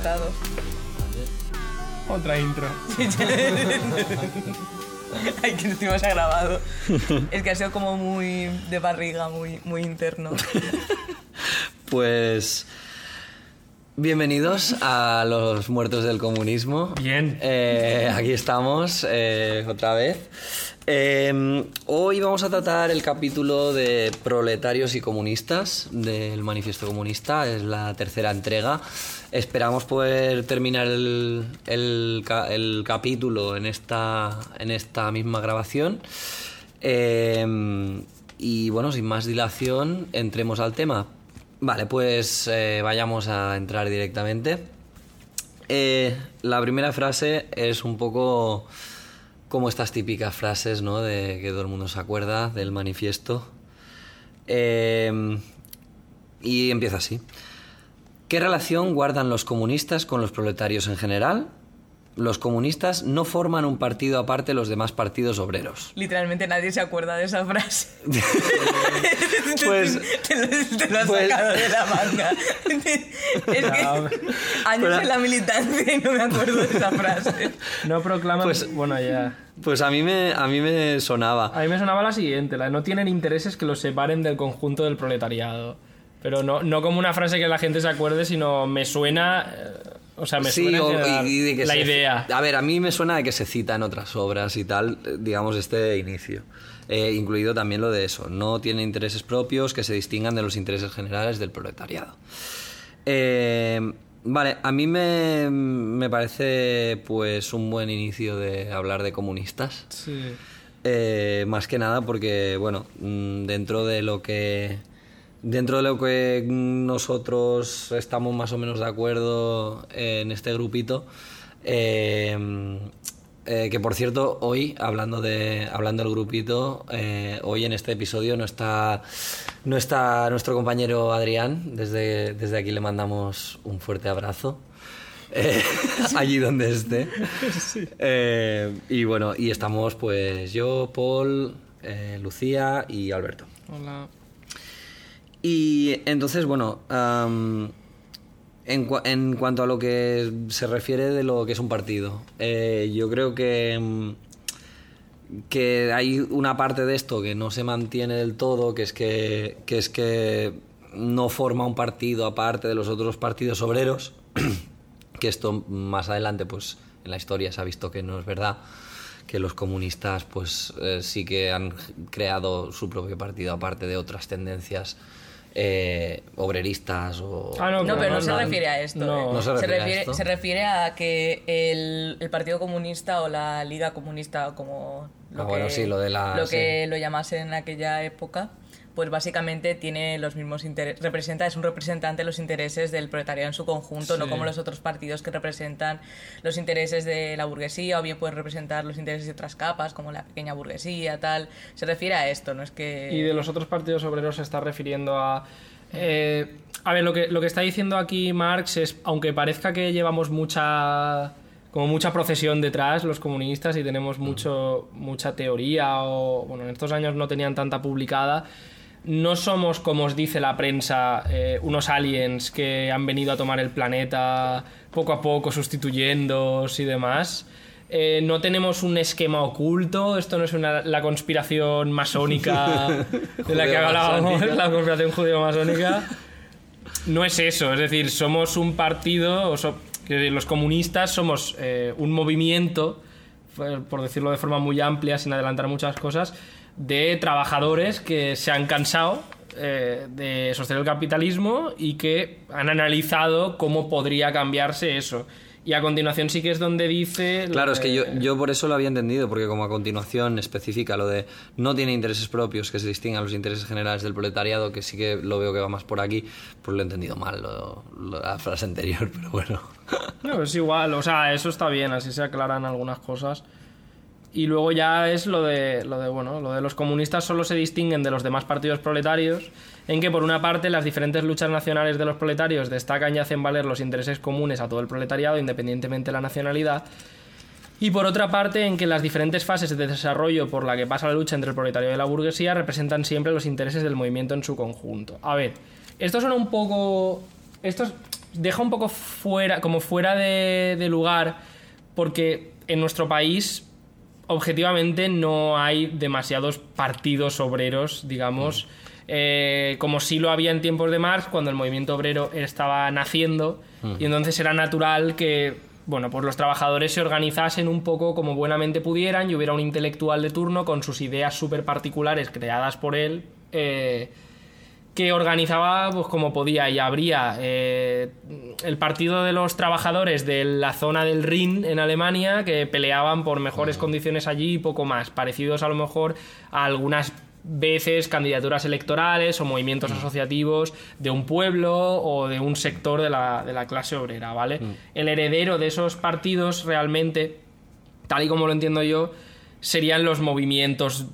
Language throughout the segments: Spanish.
estado. Otra intro. Ay, que encima se ha grabado. Es que ha sido como muy de barriga, muy interno. Pues bienvenidos a los muertos del comunismo. Bien. Aquí estamos otra vez. Hoy vamos a tratar el capítulo de proletarios y comunistas del Manifiesto Comunista. Es la tercera entrega. Esperamos poder terminar el capítulo en esta misma grabación. Y bueno, sin más dilación, entremos al tema. Vale, pues vayamos a entrar directamente. La primera frase es un poco como estas típicas frases, ¿no?, de que todo el mundo se acuerda del manifiesto. Y empieza así. ¿Qué relación guardan los comunistas con los proletarios en general? Los comunistas no forman un partido aparte de los demás partidos obreros. Literalmente nadie se acuerda de esa frase. Pues, te lo has sacado de la manga. Es que años en la militancia y no me acuerdo de esa frase. No proclaman... Pues- bueno, ya... pues a mí me sonaba. A mí me sonaba la siguiente, la de no tienen intereses que los separen del conjunto del proletariado. Pero no como una frase que la gente se acuerde, sino me suena... O sea, me suena en general y de que la idea. A ver, a mí me suena de que se cita en otras obras y tal, digamos, este inicio. Incluido también lo de eso. No tienen intereses propios que se distingan de los intereses generales del proletariado. Vale, a mí me parece pues un buen inicio de hablar de comunistas. Sí. Más que nada porque, bueno, dentro de lo que nosotros estamos más o menos de acuerdo en este grupito, que por cierto, hoy, hablando del grupito, hoy en este episodio no está nuestro compañero Adrián. Desde aquí le mandamos un fuerte abrazo. Allí donde esté. Sí. Y bueno, y estamos pues yo, Paul, Lucía y Alberto. Hola. Y entonces, bueno, en cuanto a lo que se refiere de lo que es un partido, yo creo que hay una parte de esto que no se mantiene del todo, que es que no forma un partido aparte de los otros partidos obreros, que esto más adelante, pues en la historia se ha visto que no es verdad, que los comunistas pues sí que han creado su propio partido aparte de otras tendencias obreristas o... No, pero no se refiere a esto. No. No se refiere a esto. Se refiere a que el Partido Comunista o la Liga Comunista, como lo que lo llamasen en aquella época, pues básicamente tiene los mismos intereses, es un representante de los intereses del proletariado en su conjunto, Sí. no como los otros partidos que representan los intereses de la burguesía, o bien pueden representar los intereses de otras capas, como la pequeña burguesía, tal. Se refiere a esto, no es que... Y de los otros partidos obreros se está refiriendo a... a ver, lo que está diciendo aquí Marx es, aunque parezca que llevamos mucha procesión detrás los comunistas y tenemos mucha teoría, o bueno, en estos años no tenían tanta publicada, no somos, como os dice la prensa, unos aliens que han venido a tomar el planeta poco a poco, sustituyéndoos y demás. No tenemos un esquema oculto, esto no es la conspiración masónica de la que hablábamos, la conspiración judeo-masónica. No es eso, es decir, somos un partido, los comunistas somos un movimiento, por decirlo de forma muy amplia, sin adelantar muchas cosas, de trabajadores que se han cansado de sostener el capitalismo y que han analizado cómo podría cambiarse eso. Y a continuación sí que es donde dice... Claro, es que yo por eso lo había entendido, porque como a continuación especifica lo de no tiene intereses propios que se distingan a los intereses generales del proletariado, que sí que lo veo que va más por aquí, pues lo he entendido mal, la frase anterior, pero bueno. No, es igual, o sea, eso está bien, así se aclaran algunas cosas. Y luego ya es lo de los comunistas solo se distinguen de los demás partidos proletarios, en que por una parte las diferentes luchas nacionales de los proletarios destacan y hacen valer los intereses comunes a todo el proletariado, independientemente de la nacionalidad, y por otra parte en que las diferentes fases de desarrollo por la que pasa la lucha entre el proletariado y la burguesía representan siempre los intereses del movimiento en su conjunto. A ver, esto suena un poco... deja un poco fuera de lugar, porque en nuestro país objetivamente no hay demasiados partidos obreros, digamos, como sí lo había en tiempos de Marx, cuando el movimiento obrero estaba naciendo, y entonces era natural que, bueno, pues los trabajadores se organizasen un poco como buenamente pudieran y hubiera un intelectual de turno con sus ideas súper particulares creadas por él, que organizaba pues como podía, y habría el partido de los trabajadores de la zona del Rin en Alemania, que peleaban por mejores condiciones allí y poco más, parecidos a lo mejor a algunas veces candidaturas electorales o movimientos asociativos de un pueblo o de un sector de la clase obrera, ¿vale? El heredero de esos partidos realmente, tal y como lo entiendo yo, serían los movimientos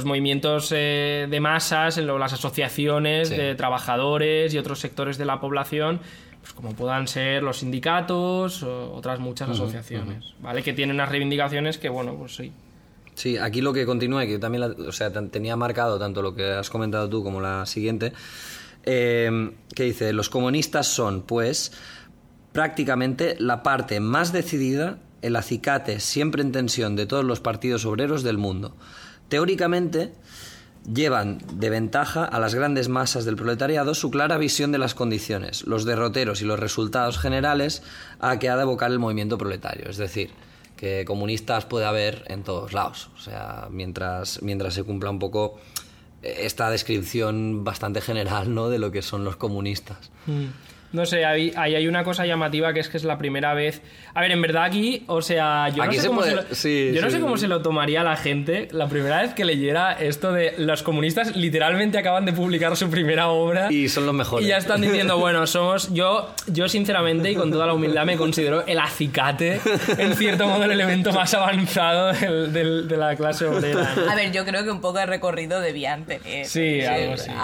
de masas, las asociaciones de trabajadores y otros sectores de la población, pues como puedan ser los sindicatos o otras muchas asociaciones, ¿vale? Que tienen unas reivindicaciones que, bueno, pues sí. Sí, aquí lo que continúa, y que también tenía marcado tanto lo que has comentado tú como la siguiente, que dice: los comunistas son, pues, prácticamente la parte más decidida, el acicate siempre en tensión de todos los partidos obreros del mundo. Teóricamente, llevan de ventaja a las grandes masas del proletariado su clara visión de las condiciones, los derroteros y los resultados generales a que ha de abocar el movimiento proletario. Es decir, que comunistas puede haber en todos lados, o sea, mientras se cumpla un poco esta descripción bastante general, ¿no?, de lo que son los comunistas. No sé, ahí hay una cosa llamativa, que es la primera vez... A ver, en verdad aquí, o sea, yo no sé cómo se lo tomaría la gente la primera vez que leyera esto de los comunistas literalmente acaban de publicar su primera obra. Y son los mejores. Y ya están diciendo, bueno, somos... Yo sinceramente, y con toda la humildad, me considero el acicate, en cierto modo, el elemento más avanzado de la clase obrera, ¿no? A ver, yo creo que un poco de recorrido debían tener. Sí, algo así.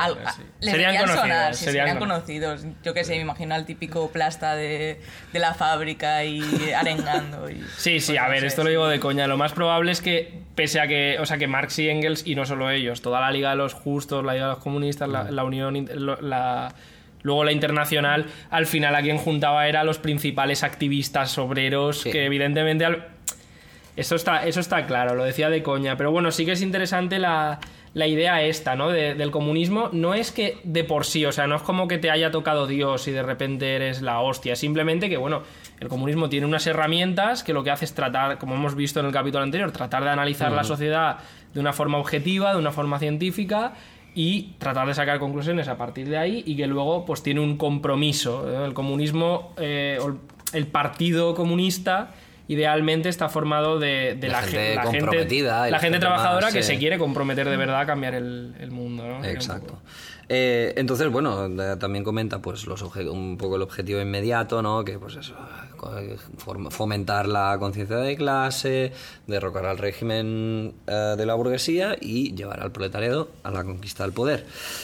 Serían conocidos. Yo qué sé, me imagino al típico plasta de la fábrica y arengando. Sí, a ver, esto lo digo de coña. Lo más probable es que, pese a que, o sea, que Marx y Engels, y no solo ellos, toda la Liga de los Justos, la Liga de los Comunistas, la Unión, luego la Internacional, al final a quien juntaba era los principales activistas obreros, que evidentemente... Eso está claro, lo decía de coña. Pero bueno, sí que es interesante la idea esta, ¿no?, del comunismo. No es que de por sí, o sea, no es como que te haya tocado Dios y de repente eres la hostia. Simplemente que, bueno, el comunismo tiene unas herramientas que lo que hace es tratar, como hemos visto en el capítulo anterior, tratar de analizar la sociedad de una forma objetiva, de una forma científica, y tratar de sacar conclusiones a partir de ahí, y que luego pues tiene un compromiso, ¿no? El comunismo, el partido comunista, idealmente está formado de la gente comprometida, la gente trabajadora que se quiere comprometer de verdad a cambiar el mundo, ¿no? Exacto. Entonces, bueno, también comenta pues un poco el objetivo inmediato, ¿no?, que pues eso, fomentar la conciencia de clase, derrocar al régimen de la burguesía y llevar al proletariado a la conquista del poder.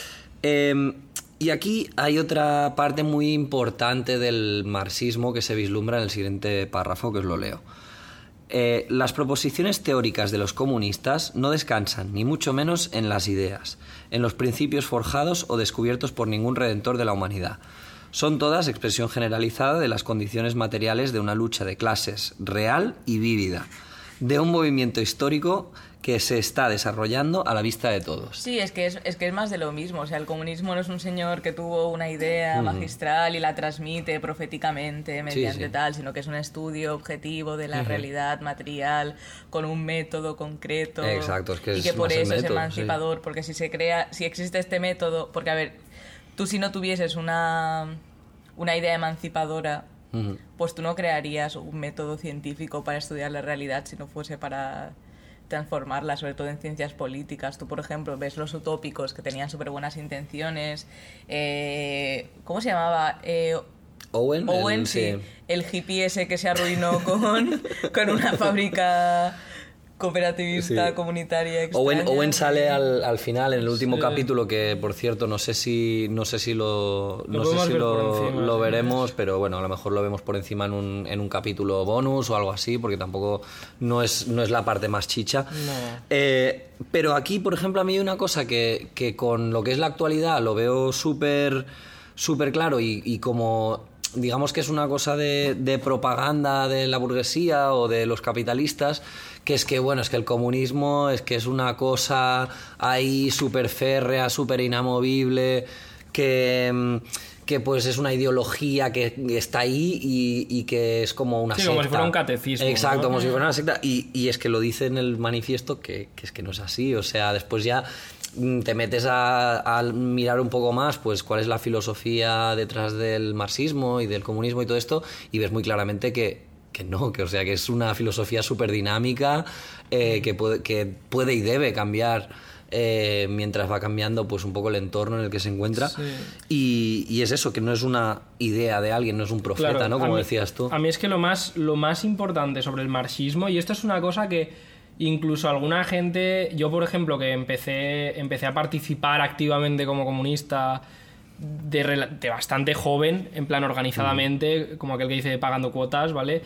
Y aquí hay otra parte muy importante del marxismo que se vislumbra en el siguiente párrafo, que os lo leo. Las proposiciones teóricas de los comunistas no descansan, ni mucho menos, en las ideas, en los principios forjados o descubiertos por ningún redentor de la humanidad. Son todas expresión generalizada de las condiciones materiales de una lucha de clases real y vívida, de un movimiento histórico que se está desarrollando a la vista de todos. Sí, es que es más de lo mismo. O sea, el comunismo no es un señor que tuvo una idea magistral y la transmite proféticamente mediante tal, sino que es un estudio objetivo de la realidad material con un método concreto. Exacto, es que y que por eso es emancipador, porque si existe este método, porque a ver, tú si no tuvieses una idea emancipadora, pues tú no crearías un método científico para estudiar la realidad si no fuese para transformarla, sobre todo en ciencias políticas. Tú, por ejemplo, ves los utópicos que tenían súper buenas intenciones. ¿Cómo se llamaba? Owen, sí. El hippie ese que se arruinó con una fábrica cooperativista, comunitaria, extraña. Owen sale al final, en el último capítulo, que por cierto no sé si lo veremos, pero bueno, a lo mejor lo vemos por encima en un capítulo bonus o algo así, porque tampoco no es la parte más chicha. No. Pero aquí, por ejemplo, a mí hay una cosa que con lo que es la actualidad lo veo súper claro, y como digamos que es una cosa de propaganda de la burguesía o de los capitalistas, que es que, bueno, es que el comunismo es que es una cosa ahí súper férrea, súper inamovible, que pues es una ideología que está ahí y que es como una secta. Como si fuera un catecismo. Exacto, ¿no? como si fuera una secta. Y es que lo dice en el manifiesto que es que no es así. O sea, después ya te metes a mirar un poco más pues cuál es la filosofía detrás del marxismo y del comunismo y todo esto, y ves muy claramente que no, o sea, que es una filosofía súper dinámica, que puede y debe cambiar mientras va cambiando pues un poco el entorno en el que se encuentra. Sí. Y es eso, que no es una idea de alguien, no es un profeta, claro, ¿no? Como decías tú. A mí es que lo más importante sobre el marxismo, y esto es una cosa que incluso alguna gente, yo por ejemplo que empecé a participar activamente como comunista de bastante joven, en plan organizadamente, como aquel que dice pagando cuotas, ¿vale?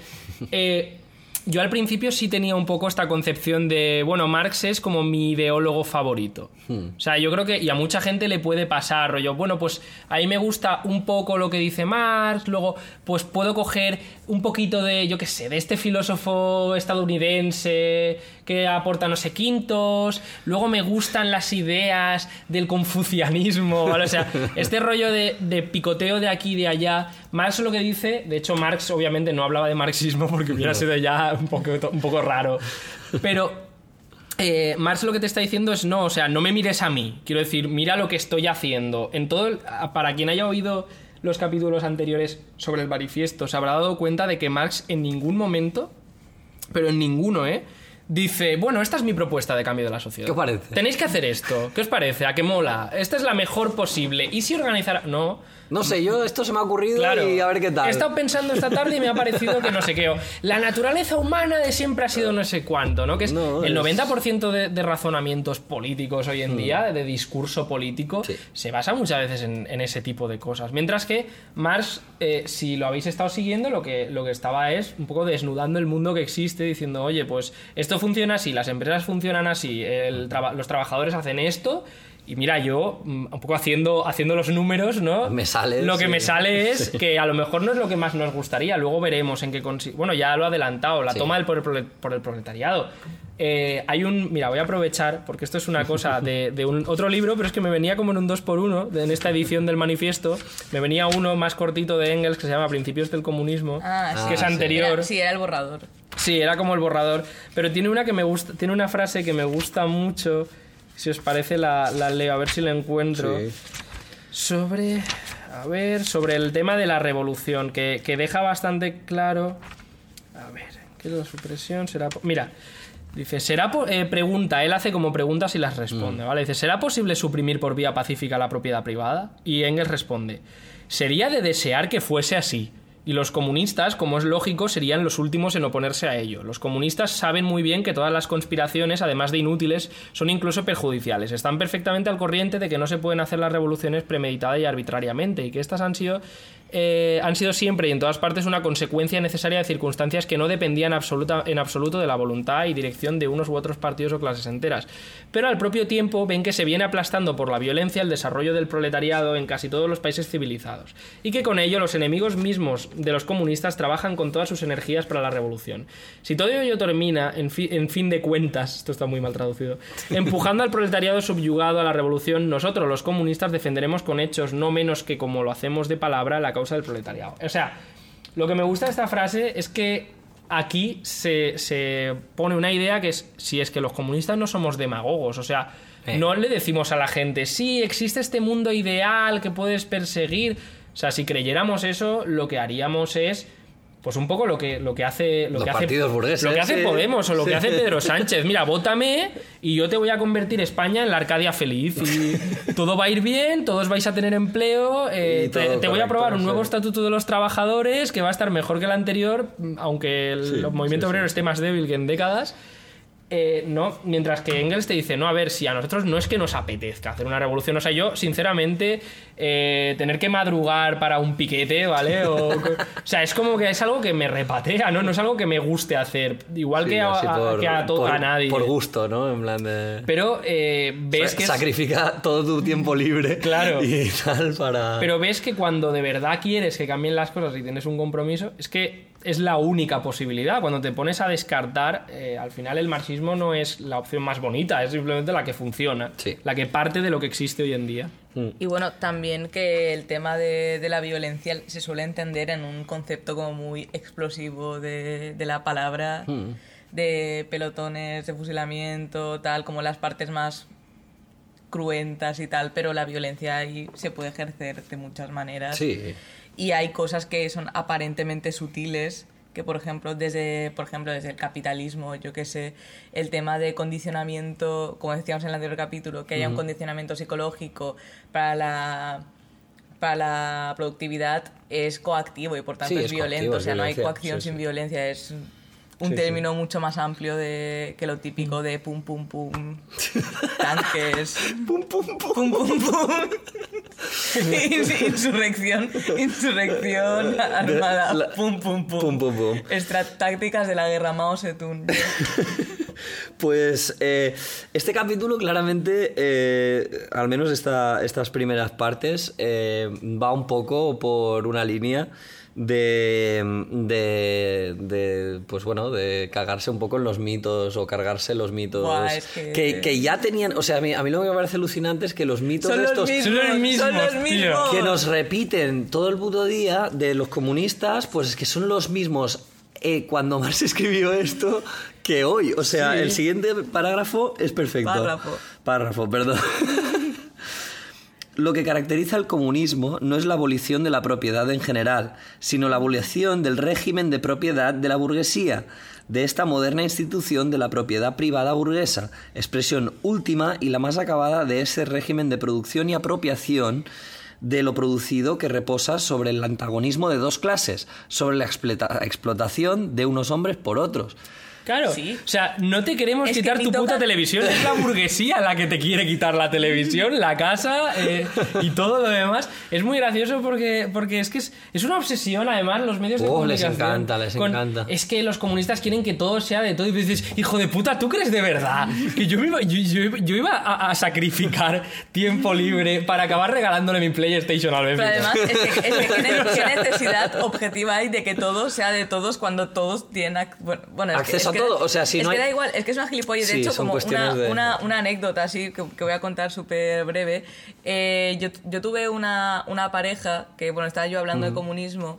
Yo al principio sí tenía un poco esta concepción de, bueno, Marx es como mi ideólogo favorito. O sea, yo creo que, y a mucha gente le puede pasar, rollo, bueno, pues a mí me gusta un poco lo que dice Marx, luego pues puedo coger un poquito de, yo qué sé, de este filósofo estadounidense que aporta no sé quintos, luego me gustan las ideas del confucianismo, ¿vale? O sea, este rollo de picoteo de aquí y de allá. Marx lo que dice, de hecho Marx obviamente no hablaba de marxismo porque hubiera sido ya un poco raro, pero Marx lo que te está diciendo es no, o sea, no me mires a mí, quiero decir, mira lo que estoy haciendo. Para quien haya oído los capítulos anteriores sobre el manifiesto, se habrá dado cuenta de que Marx en ningún momento, pero en ninguno, dice, bueno, esta es mi propuesta de cambio de la sociedad. ¿Qué os parece? Tenéis que hacer esto. ¿Qué os parece? ¿A qué mola? Esta es la mejor posible. ¿Y si organizara...? No sé, esto se me ha ocurrido, claro, y a ver qué tal. He estado pensando esta tarde y me ha parecido que no sé qué. La naturaleza humana de siempre ha sido no sé cuánto, ¿no? Que es el 90% de razonamientos políticos hoy en día, de discurso político, sí, se basa muchas veces en ese tipo de cosas. Mientras que Marx, si lo habéis estado siguiendo, lo que estaba es un poco desnudando el mundo que existe, diciendo, oye, pues esto funciona así, las empresas funcionan así, los trabajadores hacen esto. Y mira, yo, un poco haciendo los números, ¿no? Lo que me sale es que a lo mejor no es lo que más nos gustaría. Luego veremos en qué bueno, ya lo he adelantado, la toma por el proletariado. Mira, voy a aprovechar, porque esto es una cosa de otro libro, pero es que me venía como en un 2x1, en esta edición del manifiesto, me venía uno más cortito de Engels que se llama Principios del Comunismo, que es anterior. Era el borrador. Sí, era como el borrador, pero tiene una frase que me gusta mucho. Si os parece la leo, a ver si la encuentro. Sí. Sobre el tema de la revolución, que deja bastante claro. A ver, ¿qué es la supresión? Mira, dice, pregunta, él hace como preguntas y las responde, ¿vale? Dice, ¿será posible suprimir por vía pacífica la propiedad privada? Y Engels responde, sería de desear que fuese así. Y los comunistas, como es lógico, serían los últimos en oponerse a ello. Los comunistas saben muy bien que todas las conspiraciones, además de inútiles, son incluso perjudiciales. Están perfectamente al corriente de que no se pueden hacer las revoluciones premeditada y arbitrariamente, y que estas han sido siempre y en todas partes una consecuencia necesaria de circunstancias que no dependían en absoluto de la voluntad y dirección de unos u otros partidos o clases enteras. Pero al propio tiempo ven que se viene aplastando por la violencia el desarrollo del proletariado en casi todos los países civilizados, y que con ello los enemigos mismos de los comunistas trabajan con todas sus energías para la revolución. Si todo ello termina, en fin de cuentas, esto está muy mal traducido, empujando al proletariado subyugado a la revolución, nosotros los comunistas defenderemos con hechos, no menos que como lo hacemos de palabra, la causa del proletariado. O sea, lo que me gusta de esta frase es que aquí se pone una idea que es, si es que los comunistas no somos demagogos, o sea, no le decimos a la gente, sí, existe este mundo ideal que puedes perseguir. O sea, si creyéramos eso, lo que haríamos es pues un poco lo que hace partidos burgueses, lo que hace Podemos o lo que hace Pedro Sánchez. Mira, vótame y yo te voy a convertir España en la Arcadia feliz y todo va a ir bien, todos vais a tener empleo, te voy a aprobar un nuevo estatuto de los trabajadores que va a estar mejor que el anterior, aunque el movimiento obrero esté más débil que en décadas. no, mientras que Engels te dice, no, a ver, si a nosotros no es que nos apetezca hacer una revolución, o sea, yo, sinceramente, tener que madrugar para un piquete, ¿vale? O sea, es como que es algo que me repatea, ¿no? No es algo que me guste hacer, igual que a nadie. Por gusto, ¿no? En plan de... Pero ves que... Sacrifica todo tu tiempo libre, claro, y tal para... Pero ves que cuando de verdad quieres que cambien las cosas y tienes un compromiso, es que es la única posibilidad. Cuando te pones a descartar, al final el marxismo no es la opción más bonita, es simplemente la que funciona, sí, la que parte de lo que existe hoy en día. Y bueno, también que el tema de la violencia se suele entender en un concepto como muy explosivo de la palabra, de pelotones de fusilamiento, tal, como las partes más cruentas y tal, pero la violencia ahí se puede ejercer de muchas maneras. Sí. Y hay cosas que son aparentemente sutiles, que por ejemplo desde el capitalismo, yo qué sé, el tema de condicionamiento, como decíamos en el anterior capítulo, que haya un condicionamiento psicológico para la productividad, es coactivo y por tanto es violento. O sea, no hay coacción sin violencia, es un término mucho más amplio que lo típico de pum pum pum, tanques, pum pum pum, pum pum pum. Insurrección armada, pum pum pum, pum pum pum. Tácticas de la guerra, Mao Zedong. Pues este capítulo claramente, al menos estas primeras partes, va un poco por una línea pues bueno, de cagarse un poco en los mitos o cargarse los mitos. Buah, que ya tenían, o sea, a mí lo que me parece alucinante es que los mitos son estos son los mismos que nos repiten todo el puto día de los comunistas, pues es que son los mismos cuando Marx escribió esto que hoy. O sea, el siguiente parágrafo es perfecto. Párrafo, perdón. Lo que caracteriza al comunismo no es la abolición de la propiedad en general, sino la abolición del régimen de propiedad de la burguesía, de esta moderna institución de la propiedad privada burguesa, expresión última y la más acabada de ese régimen de producción y apropiación de lo producido que reposa sobre el antagonismo de dos clases, sobre la explotación de unos hombres por otros. Claro, sí. O sea, no te queremos quitar tu puta televisión, es la burguesía la que te quiere quitar la televisión, la casa y todo lo demás. Es muy gracioso porque es que es una obsesión, además, los medios de comunicación. Les encanta. Es que los comunistas quieren que todo sea de todo y dices, hijo de puta, ¿tú crees de verdad que yo iba a sacrificar tiempo libre para acabar regalándole mi PlayStation al bebé? Pero además, ¿qué necesidad objetiva hay de que todo sea de todos cuando todos tienen acceso a todo? O sea, si es no que hay... da igual, es que es una gilipollez. De hecho, como una anécdota así que voy a contar súper breve. Yo tuve una pareja que, bueno, estaba yo hablando de comunismo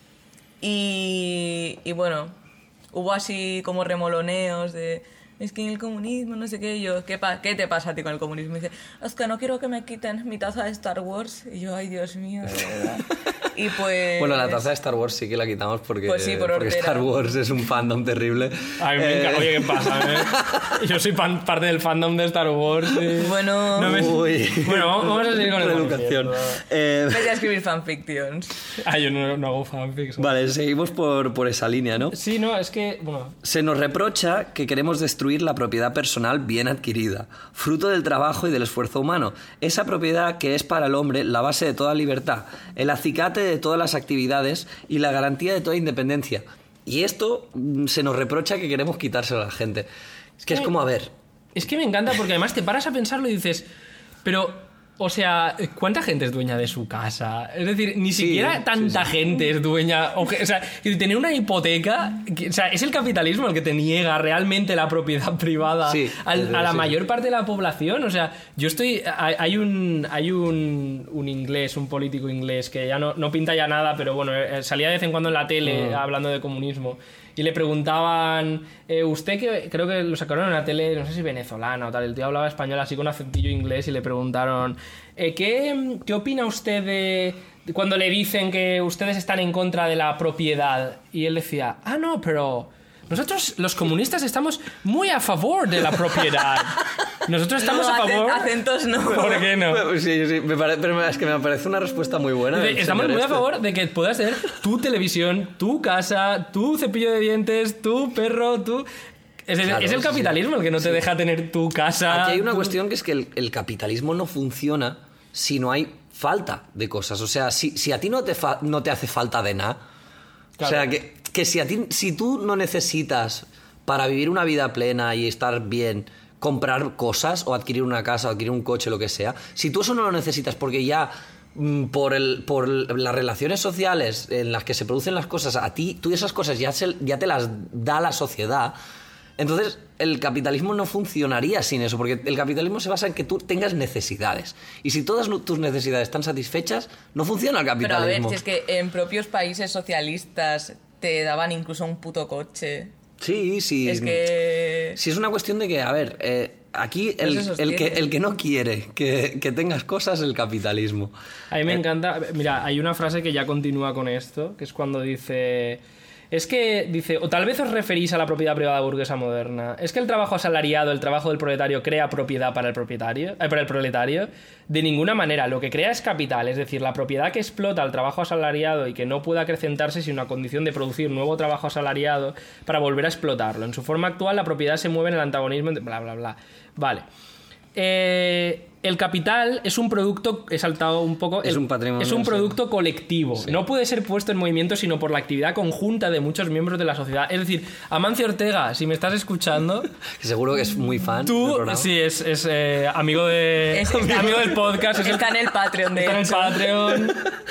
y bueno, hubo así como remoloneos de... Es que en el comunismo, no sé qué, y yo, ¿qué te pasa a ti con el comunismo? Y dice, es que no quiero que me quiten mi taza de Star Wars. Y yo, ay, Dios mío, de verdad. Y pues... Bueno, la taza de Star Wars sí que la quitamos porque, pues sí, porque Star Wars es un fandom terrible. A mí me encanta. Oye, ¿qué pasa? Yo soy parte del fandom de Star Wars. Bueno... Bueno, vamos a seguir con la educación. Vete a escribir fanfictions. Yo no hago fanfics. Vale, seguimos por esa línea, ¿no? Sí, no, es que... Bueno. Se nos reprocha que queremos destruir la propiedad personal bien adquirida, fruto del trabajo y del esfuerzo humano. Esa propiedad que es para el hombre la base de toda libertad, el acicate de todas las actividades y la garantía de toda independencia. Y esto se nos reprocha que queremos quitárselo a la gente. Es que es como, a ver... Es que me encanta porque además te paras a pensarlo y dices, pero... O sea, ¿cuánta gente es dueña de su casa? Es decir, ni siquiera tanta gente es dueña... O sea, tener una hipoteca... O sea, es el capitalismo el que te niega realmente la propiedad privada a la mayor parte de la población. O sea, yo estoy... Hay un inglés, un político inglés, que ya no pinta ya nada, pero bueno, salía de vez en cuando en la tele hablando de comunismo. Y le preguntaban, usted, que creo que lo sacaron en la tele, no sé si venezolana o tal, el tío hablaba español así con acentillo inglés y le preguntaron, ¿qué opina usted de cuando le dicen que ustedes están en contra de la propiedad? Y él decía, no, pero nosotros los comunistas estamos muy a favor de la propiedad. Nosotros estamos a favor... Acentos no. ¿Por qué no? Sí, pero es que me parece una respuesta muy buena. Estamos muy a favor de que puedas tener tu televisión, tu casa, tu cepillo de dientes, tu perro, Es el capitalismo el que no te deja tener tu casa. Aquí hay una cuestión que es que el capitalismo no funciona si no hay falta de cosas. O sea, si a ti no te hace falta de nada, claro. O sea, que si tú no necesitas para vivir una vida plena y estar bien comprar cosas o adquirir una casa o adquirir un coche, lo que sea, si tú eso no lo necesitas porque ya por las relaciones sociales en las que se producen las cosas, a ti, tú esas cosas ya te las da la sociedad, entonces el capitalismo no funcionaría sin eso, porque el capitalismo se basa en que tú tengas necesidades. Y si todas tus necesidades están satisfechas, no funciona el capitalismo. Pero a ver, si es que en propios países socialistas te daban incluso un puto coche. Sí. Es que... Sí, es una cuestión de que, a ver, aquí el que no quiere que tengas cosas es el capitalismo. A mí me encanta... Mira, hay una frase que ya continúa con esto, que es cuando dice... Es que, dice, o tal vez os referís a la propiedad privada burguesa moderna. Es que el trabajo asalariado, el trabajo del proletario, crea propiedad para el proletario. De ninguna manera. Lo que crea es capital. Es decir, la propiedad que explota el trabajo asalariado y que no puede acrecentarse sin una condición de producir nuevo trabajo asalariado para volver a explotarlo. En su forma actual, la propiedad se mueve en el antagonismo entre... bla, bla, bla. Vale. El capital es un producto, he saltado un poco, es un patrimonio, es un producto colectivo. Sí. No puede ser puesto en movimiento sino por la actividad conjunta de muchos miembros de la sociedad. Es decir, Amancio Ortega, si me estás escuchando... Seguro que es muy fan. Tú, sí, es amigo amigo del podcast. Está en el Patreon, de hecho. Está en el Patreon.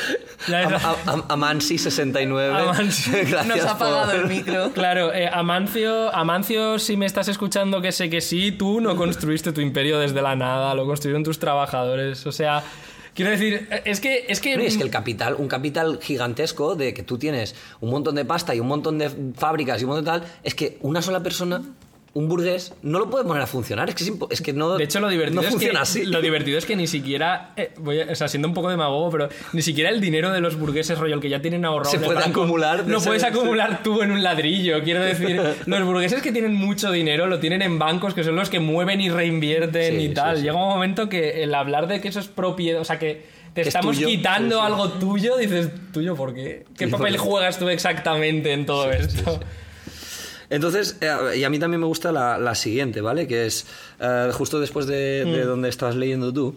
Amansi69. Gracias. Nos ha apagado el micro. Claro, Amancio, si me estás escuchando, que sé que sí, tú no construiste tu imperio desde la nada, lo construyeron tus trabajadores. O sea, quiero decir, es que el capital, un capital gigantesco de que tú tienes un montón de pasta y un montón de fábricas y un montón de tal, es que una sola persona, un burgués, no lo puede poner a funcionar. Es que no, de hecho, lo divertido no funciona así. Lo divertido es que ni siquiera, siendo un poco demagogo, pero ni siquiera el dinero de los burgueses, rollo, el que ya tienen ahorrado se puede banco, acumular. No puedes acumular tú en un ladrillo. Quiero decir, los burgueses que tienen mucho dinero lo tienen en bancos, que son los que mueven y reinvierten y tal. Llega un momento que el hablar de que eso es propiedad, o sea, que te estamos quitando algo tuyo, dices, ¿tuyo por qué? ¿Qué papel juegas tú exactamente en todo esto? Sí. Entonces, y a mí también me gusta la siguiente, ¿vale? Que es justo después de donde estás leyendo tú.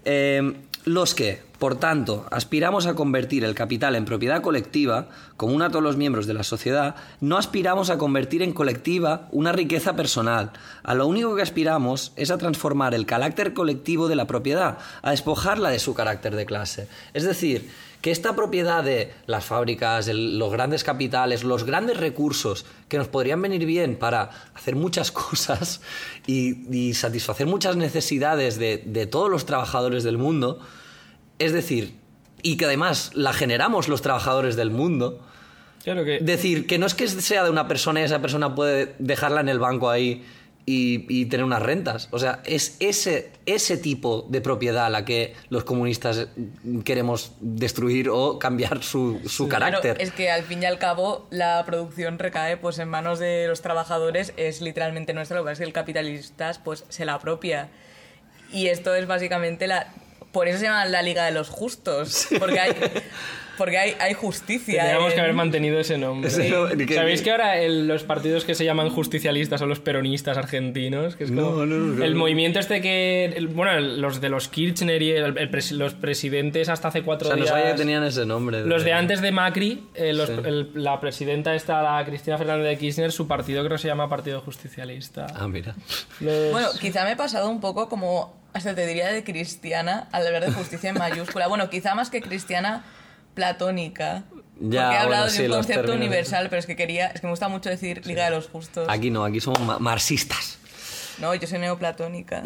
Los que, por tanto, aspiramos a convertir el capital en propiedad colectiva, común a todos los miembros de la sociedad, no aspiramos a convertir en colectiva una riqueza personal. A lo único que aspiramos es a transformar el carácter colectivo de la propiedad, a despojarla de su carácter de clase. Es decir, que esta propiedad de las fábricas, los grandes capitales, los grandes recursos que nos podrían venir bien para hacer muchas cosas y satisfacer muchas necesidades de todos los trabajadores del mundo, es decir, y que además la generamos los trabajadores del mundo, claro que... decir que no es que sea de una persona y esa persona puede dejarla en el banco ahí y tener unas rentas. O sea, es ese tipo de propiedad la que los comunistas queremos destruir o cambiar su carácter. Claro, es que al fin y al cabo la producción recae pues en manos de los trabajadores, es literalmente nuestra, lo que es que el capitalista pues se la apropia. Y esto es básicamente por eso se llama la Liga de los Justos, porque hay justicia. Tendríamos que haber mantenido ese nombre. ¿Sabéis que ahora los partidos que se llaman justicialistas son los peronistas argentinos? Que es como el movimiento este que... los de los Kirchner y los presidentes hasta hace 4 días... no sabía que tenían ese nombre. Los de antes de Macri, la presidenta esta, la Cristina Fernández de Kirchner, su partido creo que se llama Partido Justicialista. Ah, mira. Bueno, quizá me he pasado un poco como... Hasta te diría de cristiana, al hablar de justicia en mayúscula. Bueno, quizá más que cristiana... platónica. Ya, porque he hablado de un concepto universal, pero es que me gusta mucho decir Liga de los Justos. Aquí no, aquí somos marxistas. No, yo soy neoplatónica.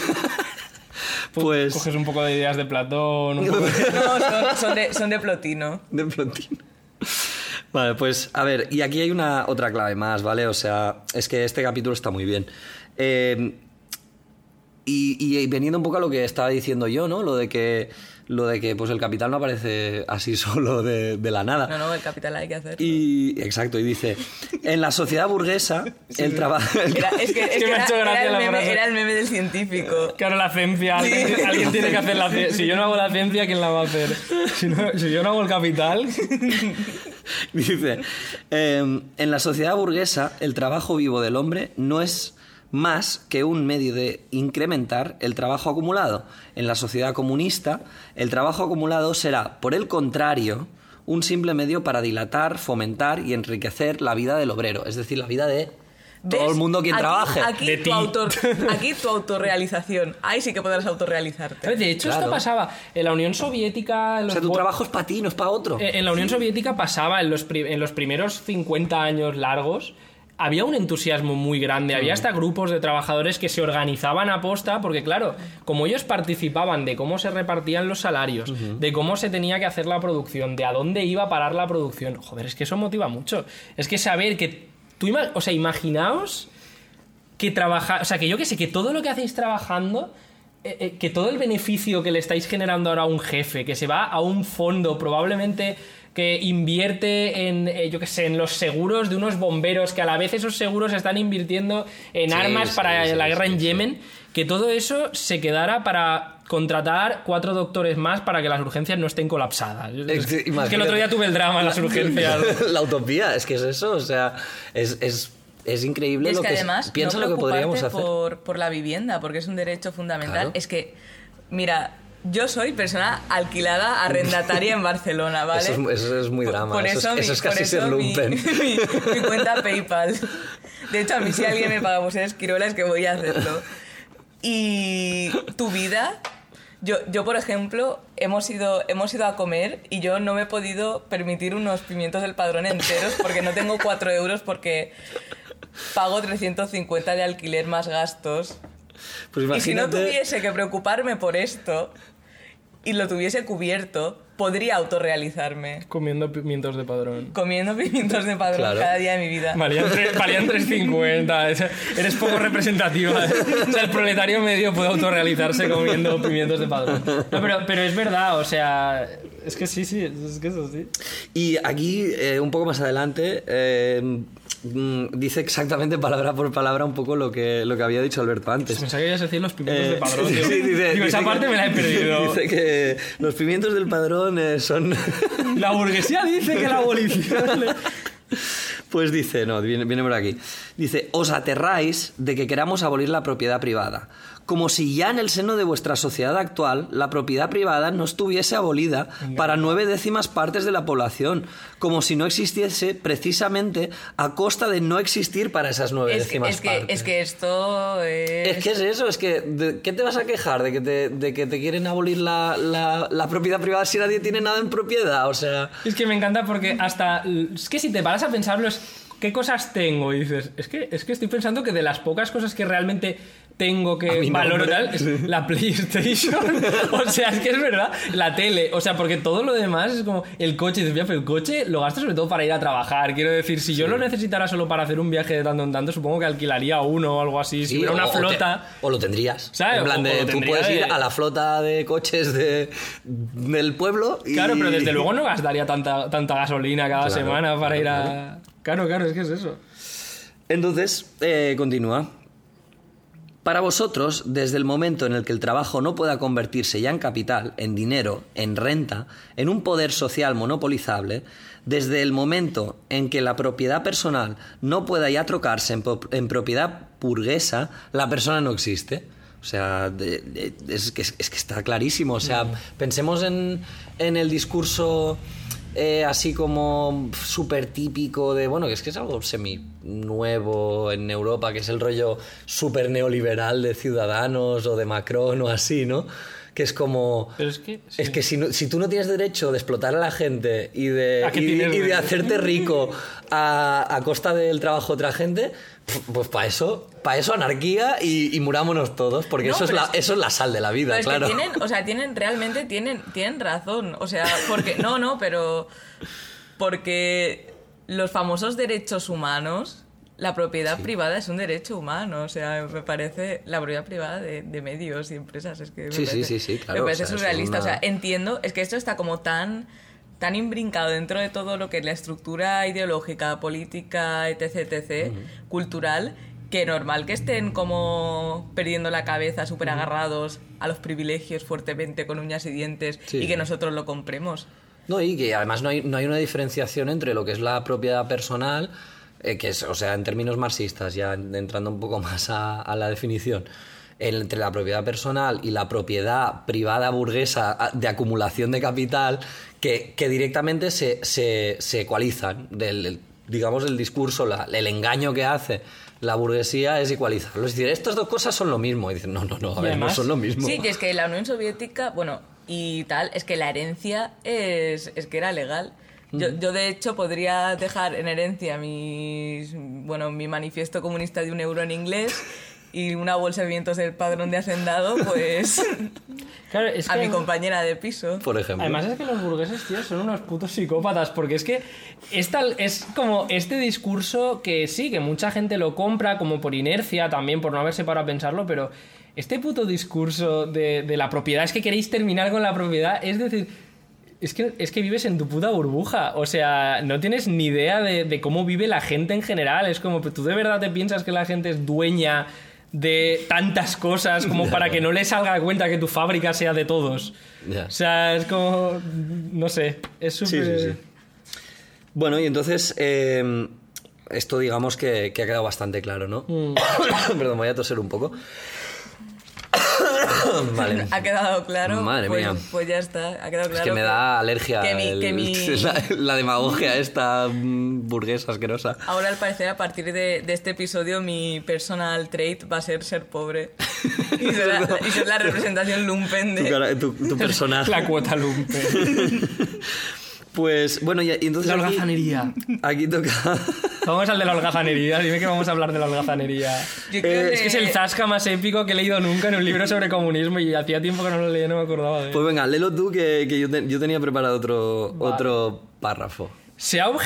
Pues coges un poco de ideas de Platón. No, son de Plotino. De Plotino. Vale, pues a ver, y aquí hay otra clave más, ¿vale? O sea, es que este capítulo está muy bien. Y veniendo un poco a lo que estaba diciendo yo, ¿no? Lo de que pues el capital no aparece así solo de la nada. No, el capital hay que hacerlo. Exacto, y dice, en la sociedad burguesa, el trabajo... Era el meme del científico. Claro, la ciencia, alguien tiene que hacer la ciencia. Si yo no hago la ciencia, ¿quién la va a hacer? Si yo no hago el capital... Dice, en la sociedad burguesa, el trabajo vivo del hombre no es más que un medio de incrementar el trabajo acumulado. En la sociedad comunista, el trabajo acumulado será, por el contrario, un simple medio para dilatar, fomentar y enriquecer la vida del obrero, es decir, la vida de todo el mundo quien trabaje. Aquí tu autorrealización. Ahí sí que podrás autorrealizarte. De hecho, esto pasaba en la Unión Soviética... O sea, tu trabajo es para ti, no es para otro. En la Unión Soviética pasaba en los primeros 50 años largos. Había un entusiasmo muy grande, había hasta grupos de trabajadores que se organizaban a posta, porque claro, como ellos participaban de cómo se repartían los salarios, de cómo se tenía que hacer la producción, de a dónde iba a parar la producción, joder, es que eso motiva mucho. Es que saber que o sea, imaginaos que trabajar, o sea, que yo que sé, que todo lo que hacéis trabajando, que todo el beneficio que le estáis generando ahora a un jefe, que se va a un fondo probablemente que invierte en, yo qué sé, en los seguros de unos bomberos, que a la vez esos seguros están invirtiendo en armas para la guerra en Yemen, que todo eso se quedara para contratar 4 doctores más para que las urgencias no estén colapsadas. Es que el otro día tuve el drama en las urgencias. La utopía, es que es eso, o sea, es increíble es lo que además, piensa no lo que podríamos hacer. Por la vivienda, porque es un derecho fundamental. Claro. Es que, mira, yo soy persona alquilada, arrendataria en Barcelona, ¿vale? Eso es muy drama. Eso es casi ser lumpen. Mi cuenta PayPal. De hecho, a mí si alguien me paga por ser esquirola es que voy a hacerlo. Y tu vida... Yo, por ejemplo, hemos ido a comer y yo no me he podido permitir unos pimientos del Padrón enteros porque no tengo 4 euros porque pago 350 de alquiler más gastos. Pues imagínate... Y si no tuviese que preocuparme por esto y lo tuviese cubierto, podría autorrealizarme. Comiendo pimientos de Padrón. Comiendo pimientos de Padrón, claro, cada día de mi vida. Valían 3,50. Eres poco representativa. O sea, el proletario medio puede autorrealizarse comiendo pimientos de Padrón. No, pero es verdad, o sea... Es que sí, es que eso sí. Y aquí, un poco más adelante... dice exactamente palabra por palabra un poco lo que había dicho Alberto antes. Pensaba que ibas a decir los pimientos de Padrón. Sí, dice esa parte me la he perdido. Dice que los pimientos del Padrón son... La burguesía dice que la abolición... Pues dice, no, viene por aquí. Dice, os aterráis de que queramos abolir la propiedad privada, como si ya en el seno de vuestra sociedad actual la propiedad privada no estuviese abolida para 9/10 partes de la población, como si no existiese precisamente a costa de no existir para esas 9/10 partes. Es que esto es... Es que es eso, es que ¿qué te vas a quejar? ¿De que te quieren abolir la propiedad privada si nadie tiene nada en propiedad? O sea... Es que me encanta porque hasta... Es que si te paras a pensarlo es... ¿Qué cosas tengo? Y dices, es que estoy pensando que de las pocas cosas que realmente tengo que valoro tal, es la PlayStation. O sea, es que es verdad. La tele. O sea, porque todo lo demás es como el coche. Dices, pero el coche lo gasto sobre todo para ir a trabajar. Quiero decir, si yo lo necesitara solo para hacer un viaje de tanto en tanto, supongo que alquilaría uno o algo así. Si hubiera una flota... O lo tendrías. ¿Sabes? En plan tú puedes ir a la flota de coches del pueblo y... Claro, pero desde luego no gastaría tanta gasolina cada semana para ir a... Claro, es que es eso. Entonces, continúa. Para vosotros, desde el momento en el que el trabajo no pueda convertirse ya en capital, en dinero, en renta, en un poder social monopolizable, desde el momento en que la propiedad personal no pueda ya trocarse en propiedad burguesa, la persona no existe. O sea, es que está clarísimo. O sea, pensemos en el discurso... así como súper típico de... Bueno, que es algo semi-nuevo en Europa, que es el rollo súper neoliberal de Ciudadanos o de Macron o así, ¿no? Que es como... Pero es que... Sí. Es que si tú no tienes derecho de explotar a la gente y de hacerte rico a costa del trabajo de otra gente, pues para eso anarquía y murámonos todos, porque no, eso es la sal de la vida, pero claro. Es que realmente tienen razón. O sea, porque... Porque los famosos derechos humanos... La propiedad privada es un derecho humano, o sea, me parece la propiedad privada de medios y empresas, es que claro, me parece surrealista, o sea, entiendo, es que esto está como tan imbrincado dentro de todo lo que es la estructura ideológica, política, etc., cultural, que normal que estén como perdiendo la cabeza, súper agarrados a los privilegios fuertemente con uñas y dientes y que nosotros lo compremos. No, y que además no hay una diferenciación entre lo que es la propiedad personal, que es, o sea, en términos marxistas, ya entrando un poco más a la definición, entre la propiedad personal y la propiedad privada burguesa de acumulación de capital, que directamente se ecualizan. Digamos, el discurso, el engaño que hace la burguesía es ecualizarlo. Es decir, estas dos cosas son lo mismo. Y dicen, no, a ver, no son lo mismo. Sí, que es que la Unión Soviética, bueno, y tal, es que la herencia es que era legal. Yo de hecho, podría dejar en herencia mi manifiesto comunista de €1 en inglés y una bolsa de vientos del padrón de hacendado, pues claro, es a que mi compañera de piso. Por ejemplo. Además es que los burgueses, tío, son unos putos psicópatas, porque es que es como este discurso que sí, que mucha gente lo compra como por inercia, también por no haberse parado a pensarlo, pero este puto discurso de la propiedad, es que queréis terminar con la propiedad, es decir, es que vives en tu puta burbuja, o sea, no tienes ni idea de cómo vive la gente en general, es como, ¿tú de verdad te piensas que la gente es dueña de tantas cosas como para que no le salga cuenta que tu fábrica sea de todos? Yeah. O sea, es como, no sé, es súper... Sí. Bueno, y entonces esto digamos que ha quedado bastante claro, ¿no? Perdón, voy a toser un poco. Vale. ¿Ha quedado claro? Madre mía. Pues ya está, ha quedado claro. Es que me da alergia la demagogia esta burguesa asquerosa. Ahora, al parecer, a partir de este episodio, mi personal trait va a ser pobre. Y ser la representación lumpen de... Tu personaje. La cuota lumpen. Pues, bueno, y entonces... La holgazanería. Aquí toca... Vamos al de la holgazanería. Dime que vamos a hablar de la holgazanería. Es que es el zasca más épico que he leído nunca en un libro sobre comunismo y hacía tiempo que no lo leía, no me acordaba de él. Pues venga, léelo tú, que yo tenía preparado otro párrafo. Se ha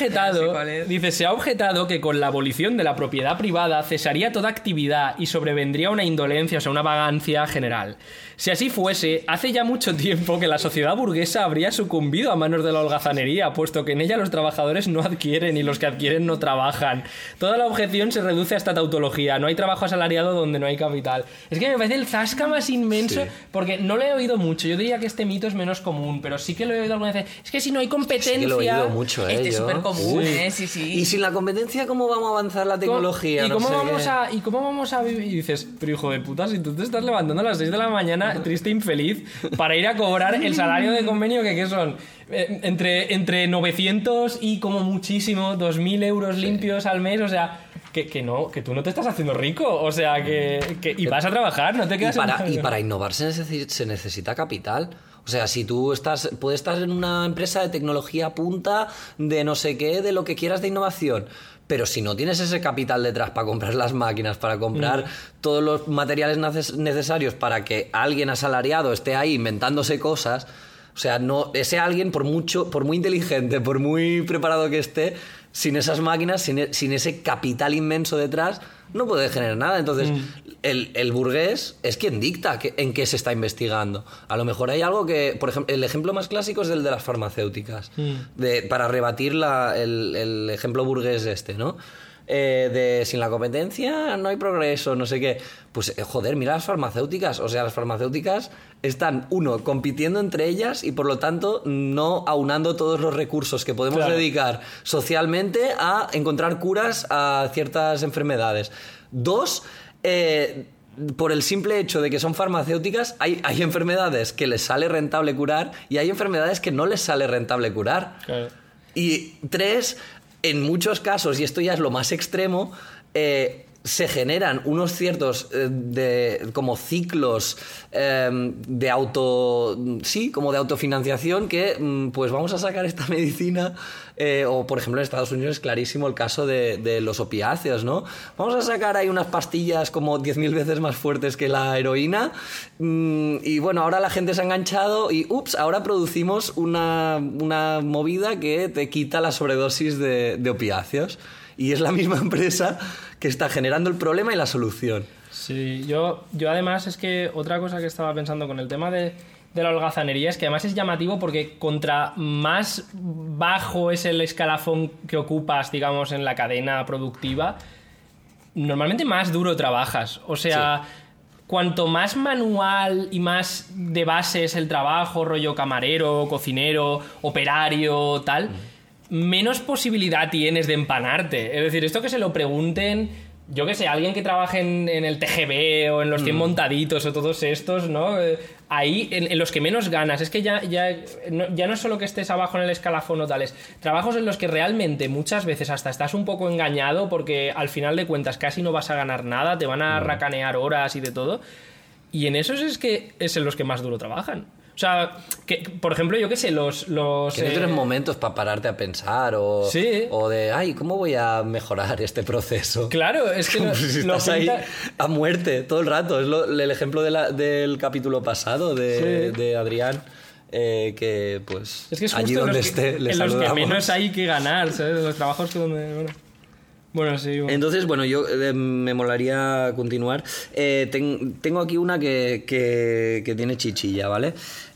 objetado que con la abolición de la propiedad privada cesaría toda actividad y sobrevendría una indolencia, o sea, una vagancia general. Si así fuese, hace ya mucho tiempo que la sociedad burguesa habría sucumbido a manos de la holgazanería, puesto que en ella los trabajadores no adquieren y los que adquieren no trabajan. Toda la objeción se reduce a esta tautología: no hay trabajo asalariado donde no hay capital. Es que me parece el zasca más inmenso, sí. Porque no lo he oído mucho. Yo diría que este mito es menos común, pero sí que lo he oído alguna vez. Es que si no hay competencia... Sí que lo he oído mucho, Este es súper común, sí. Y sin la competencia, ¿cómo vamos a avanzar la tecnología? ¿Y cómo vamos a vivir? Y dices, pero hijo de puta, si tú te estás levantando a las 6 de la mañana, triste e infeliz, para ir a cobrar el salario de convenio, que ¿qué son? Entre 900 y como muchísimo 2.000 euros limpios al mes, o sea... Que tú no te estás haciendo rico, o sea, y vas a trabajar, no te quedas... Y para innovar se necesita capital. O sea, si tú puedes estar en una empresa de tecnología punta, de no sé qué, de lo que quieras de innovación, pero si no tienes ese capital detrás para comprar las máquinas, para comprar todos los materiales necesarios para que alguien asalariado esté ahí inventándose cosas... O sea, no, ese alguien, por muy inteligente, por muy preparado que esté, sin esas máquinas, sin ese capital inmenso detrás, no puede generar nada. Entonces, el burgués es quien dicta en qué se está investigando. A lo mejor hay algo que... Por ejemplo, el ejemplo más clásico es el de las farmacéuticas. Para rebatir el ejemplo burgués ¿no? Sin la competencia no hay progreso, no sé qué. Pues joder, mira las farmacéuticas. O sea, las farmacéuticas están, compitiendo entre ellas y por lo tanto no aunando todos los recursos que podemos dedicar socialmente a encontrar curas a ciertas enfermedades. 2, por el simple hecho de que son farmacéuticas, hay enfermedades que les sale rentable curar y hay enfermedades que no les sale rentable curar. Claro. Y 3, en muchos casos, y esto ya es lo más extremo, se generan unos ciertos como ciclos de autofinanciación que pues vamos a sacar esta medicina o por ejemplo en Estados Unidos es clarísimo el caso de los opiáceos, ¿no? Vamos a sacar ahí unas pastillas como 10.000 veces más fuertes que la heroína y bueno, ahora la gente se ha enganchado y ahora producimos una movida que te quita la sobredosis de opiáceos. Y es la misma empresa que está generando el problema y la solución. Sí, yo además es que otra cosa que estaba pensando con el tema de la holgazanería es que además es llamativo porque contra más bajo es el escalafón que ocupas, digamos, en la cadena productiva, normalmente más duro trabajas. O sea... Sí. cuanto más manual y más de base es el trabajo, rollo camarero, cocinero, operario, tal, menos posibilidad tienes de empanarte. Es decir, esto que se lo pregunten, yo que sé, alguien que trabaje en el TGV o en los 100 montaditos o todos estos, ¿no? Ahí, en los que menos ganas. Es que ya no es solo que estés abajo en el escalafón o tales. Trabajos en los que realmente muchas veces hasta estás un poco engañado porque al final de cuentas casi no vas a ganar nada, te van a racanear horas y de todo. Y en esos es en los que más duro trabajan. O sea, que, por ejemplo, yo qué sé, los que no tienes momentos para pararte a pensar o de, ay, ¿cómo voy a mejorar este proceso? Claro, es que si estás ahí a muerte todo el rato. Es el ejemplo del capítulo pasado de Adrián. Que pues es que es allí donde esté le saludamos. En los que menos hay que ganar, ¿sabes? Los trabajos que donde... Bueno, sí. Bueno. Entonces, bueno, yo me molaría continuar. Tengo aquí una que tiene chichilla, ¿vale?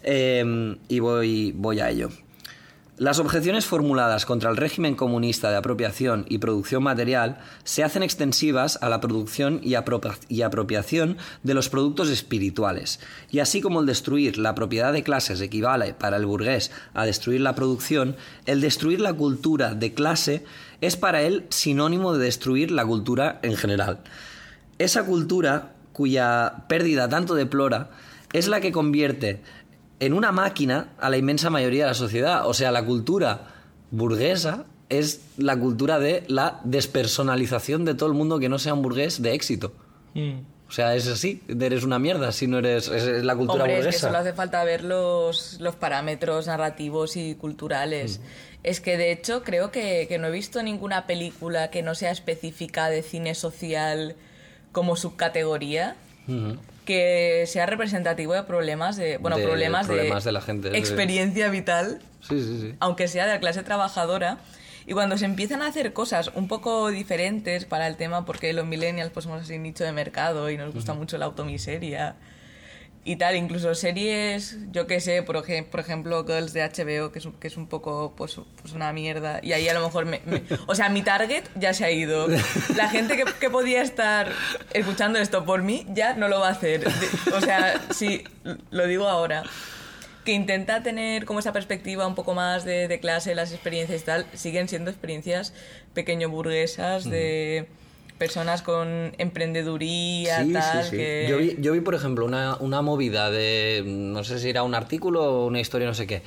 Y voy a ello. Las objeciones formuladas contra el régimen comunista de apropiación y producción material se hacen extensivas a la producción y apropiación de los productos espirituales, y así como el destruir la propiedad de clases equivale para el burgués a destruir la producción, el destruir la cultura de clase es para él sinónimo de destruir la cultura en general. Esa cultura, cuya pérdida tanto deplora, es la que convierte en una máquina a la inmensa mayoría de la sociedad. O sea, la cultura burguesa es la cultura de la despersonalización de todo el mundo que no sea un burgués de éxito. O sea, es así, eres una mierda si no eres... Es la cultura burguesa. Es que solo hace falta ver los parámetros narrativos y culturales. Es que, de hecho, creo que no he visto ninguna película que no sea específica de cine social como subcategoría. Que sea representativo de problemas de de la gente, experiencia vital, sí. Aunque sea de la clase trabajadora. Y cuando se empiezan a hacer cosas un poco diferentes para el tema, porque los millennials pues somos así nicho de mercado y nos gusta mucho la automiseria y tal, incluso series, yo qué sé, por ejemplo Girls de HBO, que es un poco pues una mierda, y ahí a lo mejor o sea, mi target ya se ha ido. La gente que podía estar escuchando esto por mí ya no lo va a hacer. O sea, sí, lo digo ahora, que intenta tener como esa perspectiva un poco más de clase, las experiencias y tal, siguen siendo experiencias pequeño burguesas de personas con emprendeduría, tal. Sí. Que... Yo vi, por ejemplo, una movida de, no sé si era un artículo o una historia, no sé qué,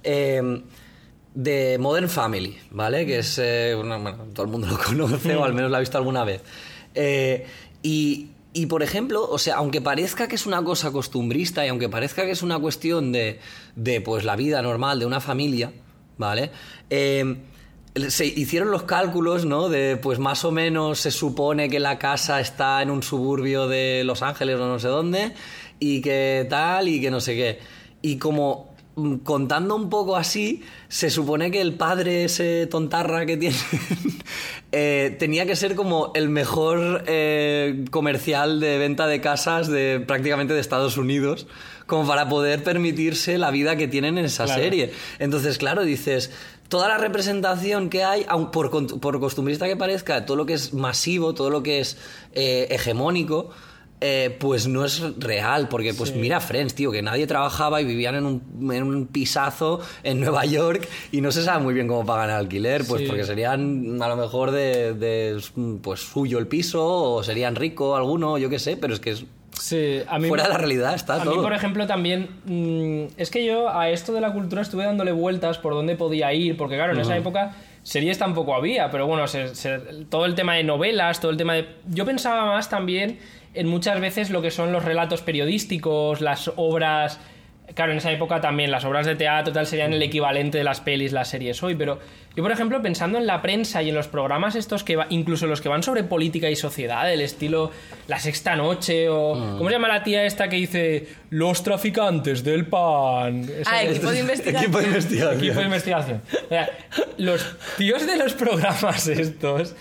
de Modern Family, ¿vale? Que es, bueno, todo el mundo lo conoce o al menos lo ha visto alguna vez. Y por ejemplo, o sea, aunque parezca que es una cosa costumbrista y aunque parezca que es una cuestión de pues la vida normal de una familia, ¿vale? Se hicieron los cálculos, ¿no? De pues más o menos se supone que la casa está en un suburbio de Los Ángeles o no sé dónde, y que tal y que no sé qué. Y como contando un poco así, se supone que el padre ese tontarra que tiene tenía que ser como el mejor comercial de venta de casas prácticamente de Estados Unidos, como para poder permitirse la vida que tienen en esa serie. Entonces, claro, dices, toda la representación que hay, por costumbrista que parezca, todo lo que es masivo, todo lo que es hegemónico, pues no es real, porque pues mira Friends, tío, que nadie trabajaba y vivían en un pisazo en Nueva York y no se sabe muy bien cómo pagan el alquiler, pues porque serían a lo mejor de pues suyo el piso, o serían rico alguno, yo qué sé, pero es que es... Sí, a mí, fuera de la realidad está todo. A mí, por ejemplo, también es que yo a esto de la cultura estuve dándole vueltas por dónde podía ir, porque claro, en esa época series tampoco había, pero bueno, todo el tema de novelas, todo el tema de... Yo pensaba más también en muchas veces lo que son los relatos periodísticos, las obras... Claro, en esa época también las obras de teatro tal serían el equivalente de las pelis, las series hoy, pero yo, por ejemplo, pensando en la prensa y en los programas estos incluso los que van sobre política y sociedad, del estilo La Sexta Noche o... ¿Cómo se llama la tía esta que dice Los traficantes del pan? Equipo de investigación. Equipo de investigación. O sea, los tíos de los programas estos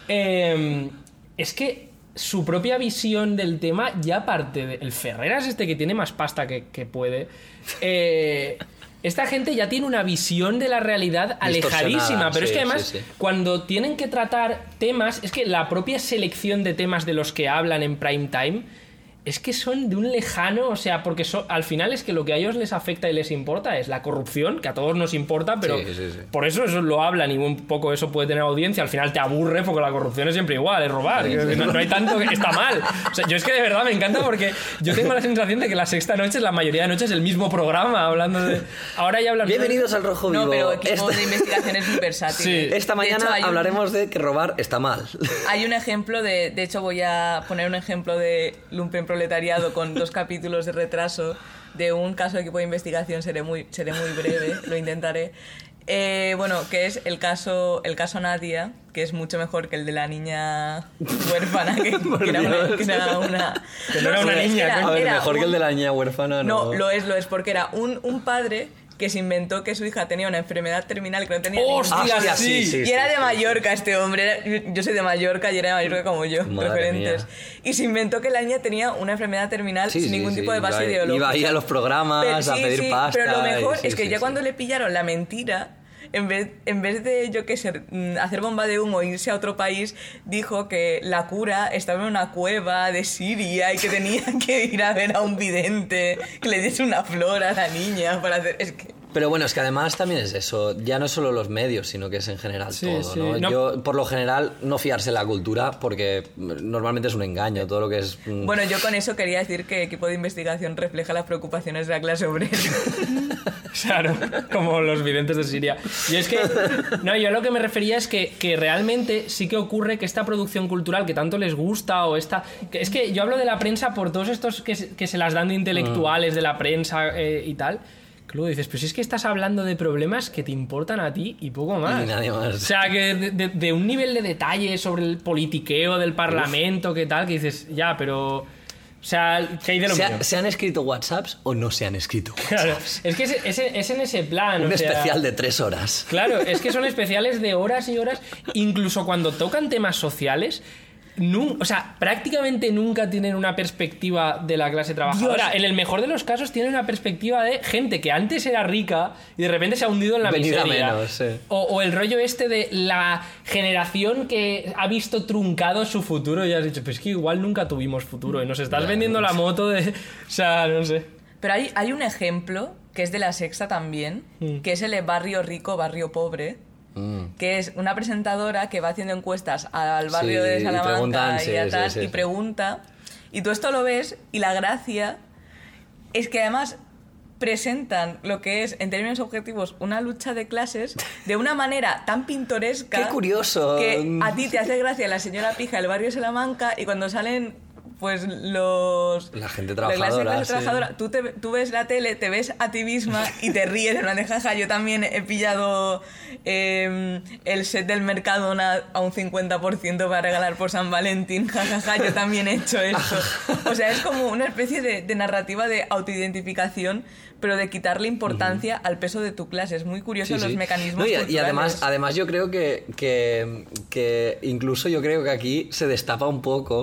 es que su propia visión del tema ya parte del Ferreras este que tiene más pasta que puede, esta gente ya tiene una visión de la realidad alejadísima, pero es que además cuando tienen que tratar temas, es que la propia selección de temas de los que hablan en prime time es que son de un lejano, o sea, porque al final es que lo que a ellos les afecta y les importa es la corrupción, que a todos nos importa, pero por eso lo hablan y un poco eso puede tener audiencia. Al final te aburre porque la corrupción es siempre igual, es robar, no hay tanto que está mal. O sea, yo es que de verdad me encanta porque yo tengo la sensación de que la sexta noche, la mayoría de noches, es el mismo programa hablando de... Ahora ya hablan... Bienvenidos al Rojo Vivo. No, pero equipo de investigación es muy versátil. Sí. Esta mañana hablaremos de que robar está mal. Hay un ejemplo de hecho voy a poner un ejemplo de lumpen proletariado con 2 capítulos de retraso de un caso de equipo de investigación. Seré muy breve, lo intentaré. Bueno, que es el caso Nadia, que es mucho mejor que el de la niña huérfana, que era una que no era una niña. A ver, mejor que el de la niña huérfana, ¿no? No, lo es, porque era un padre que se inventó que su hija tenía una enfermedad terminal que no tenía ¡Hostia, sí! Y era de Mallorca este hombre. Yo soy de Mallorca y era de Mallorca como yo, referentes. Y se inventó que la niña tenía una enfermedad terminal sin ningún tipo de base ideológica. Iba ahí a los programas a pedir pasta. Pero lo mejor es que ya cuando le pillaron la mentira... En vez de, yo qué sé, hacer bomba de humo e irse a otro país, dijo que la cura estaba en una cueva de Siria y que tenía que ir a ver a un vidente que le diese una flor a la niña para hacer... Pero bueno, es que además también es eso, ya no es solo los medios, sino que es en general todo, ¿no? Yo, por lo general, no fiarse en la cultura porque normalmente es un engaño, todo lo que es... Bueno, yo con eso quería decir que equipo de investigación refleja las preocupaciones de la clase obrera. Claro, como los videntes de Siria. Y es que, no, yo a lo que me refería es que realmente sí que ocurre que esta producción cultural que tanto les gusta o esta... Es que yo hablo de la prensa por todos estos que se las dan de intelectuales de la prensa y tal... Luego dices, pues es que estás hablando de problemas que te importan a ti y poco más. Y nadie más. O sea, que de un nivel de detalle sobre el politiqueo del Parlamento, que tal, que dices, ya, pero... O sea, ¿qué hay de lo mío? ¿Se han escrito WhatsApps o no se han escrito WhatsApps? Claro, es que es en ese plan. Un especial de 3 horas. Claro, es que son especiales de horas y horas. Incluso cuando tocan temas sociales... O sea, prácticamente nunca tienen una perspectiva de la clase trabajadora. Dios. En el mejor de los casos tienen una perspectiva de gente que antes era rica y de repente se ha hundido en la miseria. Menos, sí. O el rollo este de la generación que ha visto truncado su futuro y has dicho, pues es que igual nunca tuvimos futuro y nos estás vendiendo la moto de... O sea, no sé. Pero hay un ejemplo que es de La Sexta también, que es el de barrio rico, barrio pobre, que es una presentadora que va haciendo encuestas al barrio de Salamanca y pregunta, y tú esto lo ves y la gracia es que además presentan lo que es, en términos objetivos, una lucha de clases de una manera tan pintoresca. ¡Qué curioso! Que a ti te hace gracia la señora pija del barrio de Salamanca y cuando salen... Pues la gente trabajadora. La clase trabajadora. Tú ves la tele, te ves a ti misma y te ríes en una de jaja. Yo también he pillado el set del Mercadona a un 50% para regalar por San Valentín. Jajaja, yo también he hecho esto. O sea, es como una especie de narrativa de autoidentificación, pero de quitarle importancia al peso de tu clase. Es muy curioso los mecanismos culturales. Y además yo creo que incluso yo creo que aquí se destapa un poco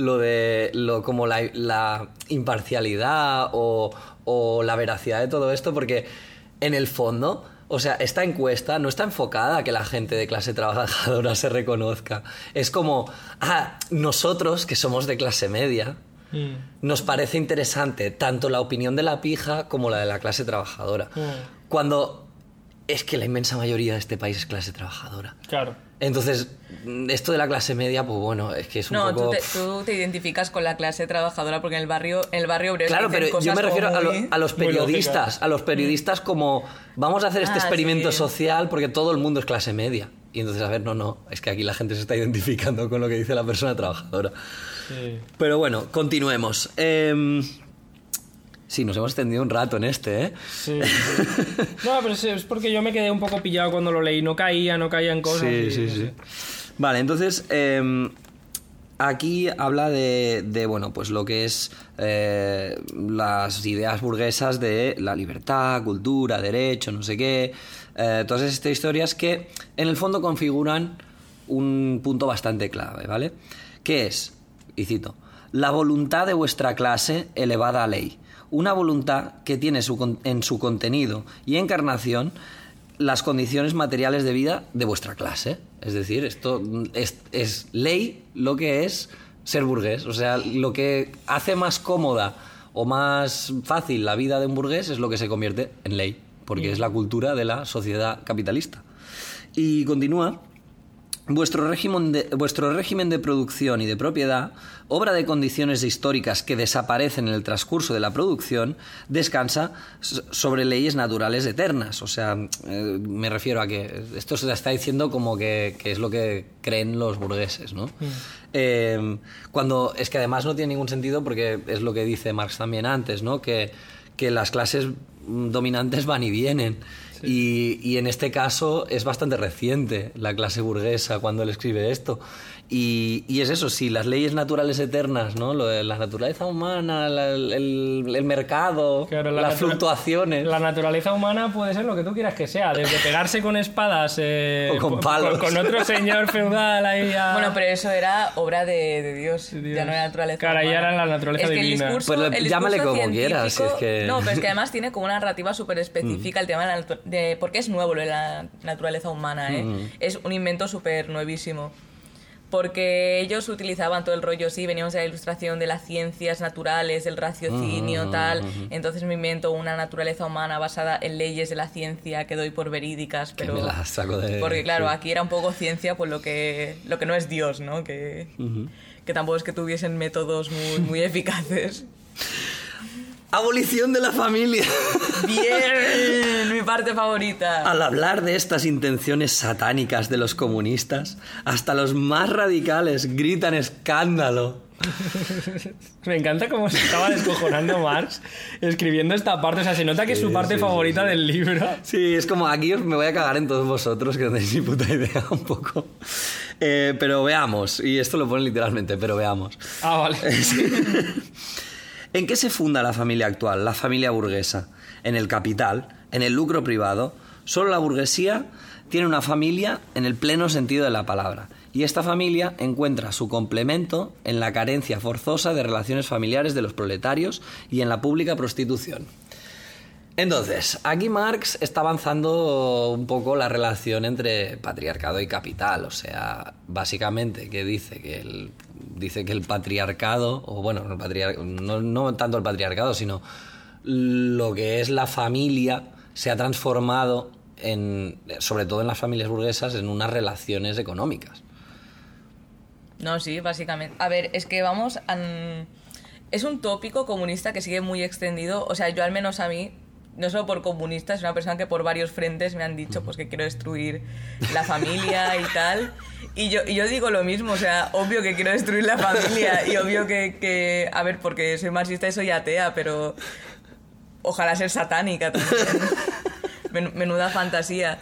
como la imparcialidad o la veracidad de todo esto, porque en el fondo, o sea, esta encuesta no está enfocada a que la gente de clase trabajadora se reconozca. Es como, nosotros que somos de clase media, nos parece interesante tanto la opinión de la pija como la de la clase trabajadora. Cuando es que la inmensa mayoría de este país es clase trabajadora. Claro. Entonces, esto de la clase media, pues bueno, es que es un poco... No, tú te identificas con la clase trabajadora porque en el barrio obrero... Claro, pero yo me refiero a los periodistas como vamos a hacer este experimento social porque todo el mundo es clase media. Y entonces, a ver, no, es que aquí la gente se está identificando con lo que dice la persona trabajadora. Sí. Pero bueno, continuemos. Sí, nos hemos extendido un rato en este, ¿eh? Sí. No, pero es porque yo me quedé un poco pillado cuando lo leí. No caía en cosas. Sí. Vale, entonces, aquí habla de bueno, pues lo que es las ideas burguesas de la libertad, cultura, derecho, no sé qué. Todas estas historias que, en el fondo, configuran un punto bastante clave, ¿vale? Que es, y cito, la voluntad de vuestra clase elevada a ley. Una voluntad que tiene en su contenido y encarnación las condiciones materiales de vida de vuestra clase. Es decir, esto es ley lo que es ser burgués. O sea, lo que hace más cómoda o más fácil la vida de un burgués es lo que se convierte en ley, porque es la cultura de la sociedad capitalista. Y continúa: vuestro régimen de producción y de propiedad, obra de condiciones históricas que desaparecen en el transcurso de la producción, descansa sobre leyes naturales eternas. O sea, me refiero a que esto se está diciendo como que es lo que creen los burgueses, ¿no? Cuando es que además no tiene ningún sentido, porque es lo que dice Marx también antes, ¿no? Que las clases dominantes van y vienen. Y en este caso es bastante reciente la clase burguesa cuando él escribe esto. Y es eso, sí, las leyes naturales eternas, ¿no? Lo de la naturaleza humana, el mercado, claro, las fluctuaciones. La naturaleza humana puede ser lo que tú quieras que sea, desde pegarse con espadas o con palos. Con otro señor feudal ahí a... Bueno, pero eso era obra de Dios, ya no era naturaleza humana. Claro, ya era la naturaleza divina. El discurso llámale como quieras. Si es que... No, pero es que además tiene como una narrativa súper específica el tema de porque es nuevo lo de la naturaleza humana, ¿eh? Es un invento súper nuevísimo. Porque ellos utilizaban todo el rollo, sí, veníamos de la ilustración de las ciencias naturales, del raciocinio, tal. Entonces me invento una naturaleza humana basada en leyes de la ciencia que doy por verídicas, pero... Que me las saco de... Porque claro, aquí era un poco ciencia, pues lo que no es Dios, ¿no? Que tampoco es que tuviesen métodos muy eficaces. ¡Abolición de la familia! ¡Bien! Mi parte favorita. Al hablar de estas intenciones satánicas de los comunistas, hasta los más radicales gritan escándalo. Me encanta cómo se estaba descojonando Marx escribiendo esta parte. O sea, se nota que es su parte favorita del libro. Sí, es como aquí me voy a cagar en todos vosotros, que no tenéis ni puta idea un poco. Pero veamos, y esto lo pone literalmente, pero veamos. Ah, vale. ¿En qué se funda la familia actual, la familia burguesa? En el capital, en el lucro privado. Solo la burguesía tiene una familia en el pleno sentido de la palabra. Y esta familia encuentra su complemento en la carencia forzosa de relaciones familiares de los proletarios y en la pública prostitución. Entonces, aquí Marx está avanzando un poco la relación entre patriarcado y capital. O sea, básicamente, que dice que el patriarcado, o bueno, no tanto el patriarcado, sino lo que es la familia, se ha transformado, sobre todo en las familias burguesas, en unas relaciones económicas. No, sí, básicamente. A ver, es que es un tópico comunista que sigue muy extendido. O sea, yo al menos a mí, no solo por comunista, es una persona que por varios frentes me han dicho pues que quiero destruir la familia y tal. Y yo digo lo mismo, o sea, obvio que quiero destruir la familia y obvio que a ver, porque soy marxista y soy atea, pero ojalá ser satánica también. Menuda fantasía.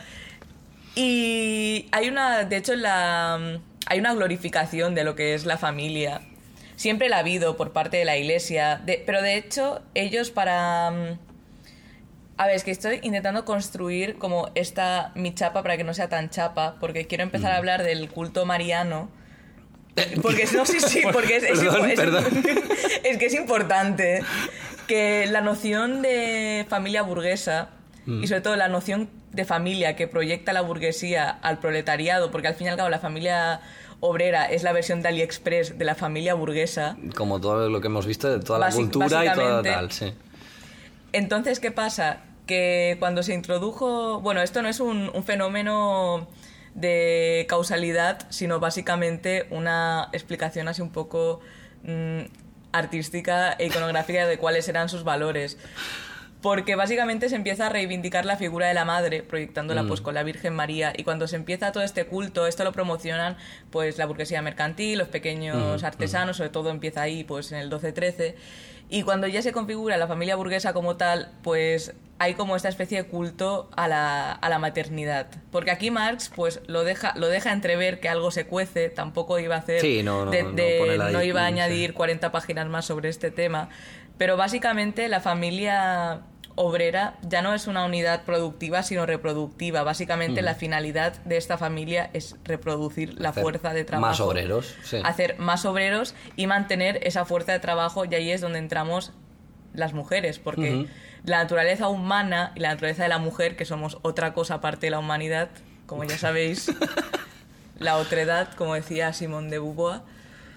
Y de hecho hay una glorificación de lo que es la familia. Siempre la ha habido por parte de la Iglesia, pero de hecho ellos A ver, es que estoy intentando construir como mi chapa para que no sea tan chapa, porque quiero empezar a hablar del culto mariano. Porque no, sí, porque es que es importante que la noción de familia burguesa y sobre todo la noción de familia que proyecta la burguesía al proletariado, porque al fin y al cabo la familia obrera es la versión de AliExpress de la familia burguesa. Como todo lo que hemos visto de toda la cultura y todo tal, sí. Entonces, ¿qué pasa? Que cuando se introdujo... Bueno, esto no es un fenómeno de causalidad, sino básicamente una explicación así un poco artística e iconográfica de cuáles eran sus valores. Porque básicamente se empieza a reivindicar la figura de la madre, proyectándola pues con la Virgen María, y cuando se empieza todo este culto, esto lo promocionan pues la burguesía mercantil, los pequeños artesanos, sobre todo empieza ahí pues en el 12-13, y cuando ya se configura la familia burguesa como tal, pues hay como esta especie de culto a la maternidad. Porque aquí Marx pues lo deja entrever que algo se cuece, tampoco iba a hacer... Sí, no iba a añadir 40 páginas más sobre este tema, pero básicamente la familia obrera ya no es una unidad productiva, sino reproductiva. Básicamente la finalidad de esta familia es reproducir la fuerza de trabajo. Más obreros, sí. Hacer más obreros y mantener esa fuerza de trabajo, y ahí es donde entramos las mujeres, porque la naturaleza humana y la naturaleza de la mujer, que somos otra cosa aparte de la humanidad, como ya sabéis, la otredad, como decía Simone de Beauvoir,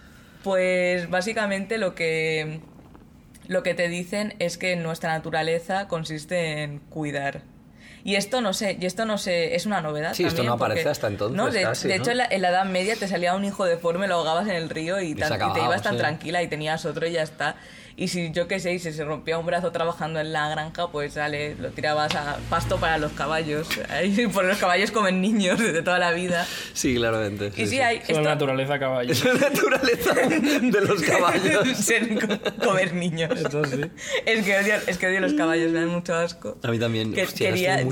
Pues básicamente lo que te dicen es que nuestra naturaleza consiste en cuidar. Y esto no sé, es una novedad. Sí, también, esto no aparece hasta entonces. ¿no? Casi, de hecho, en la Edad Media te salía un hijo deforme, lo ahogabas en el río y te ibas tan tranquila y tenías otro y ya está. Y si, yo qué sé, si se rompía un brazo trabajando en la granja, pues dale, lo tirabas a pasto para los caballos. Por los caballos comen niños de toda la vida. Sí, claramente. Y sí, hay... Es la naturaleza caballo. Es la naturaleza de los caballos. Comer niños. Eso sí. Es que odio los caballos, me dan mucho asco. A mí también. Hostia,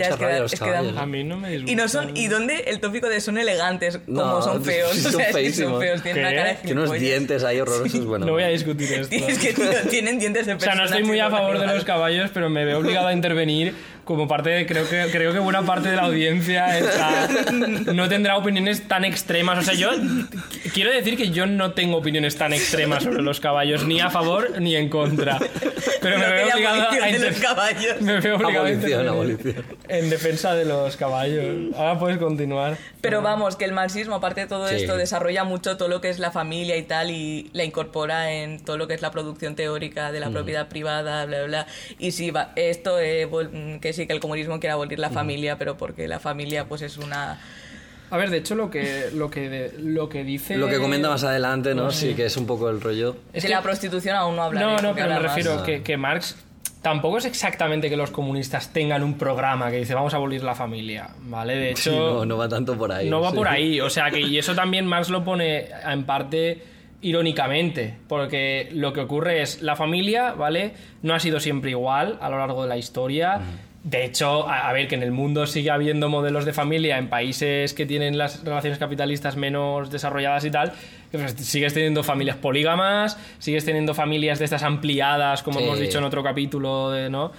A mí no me disgusta. ¿Y dónde el tópico de son elegantes? Como son feos. Son feísimos. Son feos, tienen una cara de que unos dientes ahí horrorosos, bueno. No voy a discutir esto. Es que tienen dientes de persona. O sea, no estoy muy a favor de los caballos, pero me veo obligado a intervenir como parte de... Creo que buena parte de la audiencia no tendrá opiniones tan extremas. O sea, yo quiero decir que yo no tengo opiniones tan extremas sobre los caballos, ni a favor ni en contra. Pero me veo obligado a intervenir. Me veo obligado a intervenir en defensa de los caballos. Ahora puedes continuar. Pero vamos, que el marxismo, aparte de todo esto, desarrolla mucho todo lo que es la familia y tal, y la incorpora en todo lo que es la producción teórica de la propiedad privada, bla, bla, bla. Y sí, esto, que sí, que el comunismo quiere abolir la familia, pero porque la familia pues es una... A ver, de hecho lo que dice... Lo que comenta más adelante, ¿no? Sí, que es un poco el rollo. Es que la prostitución aún no habla. No, pero me refiero que Marx... Tampoco es exactamente que los comunistas tengan un programa que dice vamos a abolir la familia, ¿vale? De hecho... Sí, no va tanto por ahí. No va por ahí, o sea, y eso también Marx lo pone en parte irónicamente, porque lo que ocurre es la familia, ¿vale? No ha sido siempre igual a lo largo de la historia. De hecho, a ver, que en el mundo sigue habiendo modelos de familia en países que tienen las relaciones capitalistas menos desarrolladas y tal, pues sigues teniendo familias polígamas, sigues teniendo familias de estas ampliadas, como hemos dicho en otro capítulo, ¿no?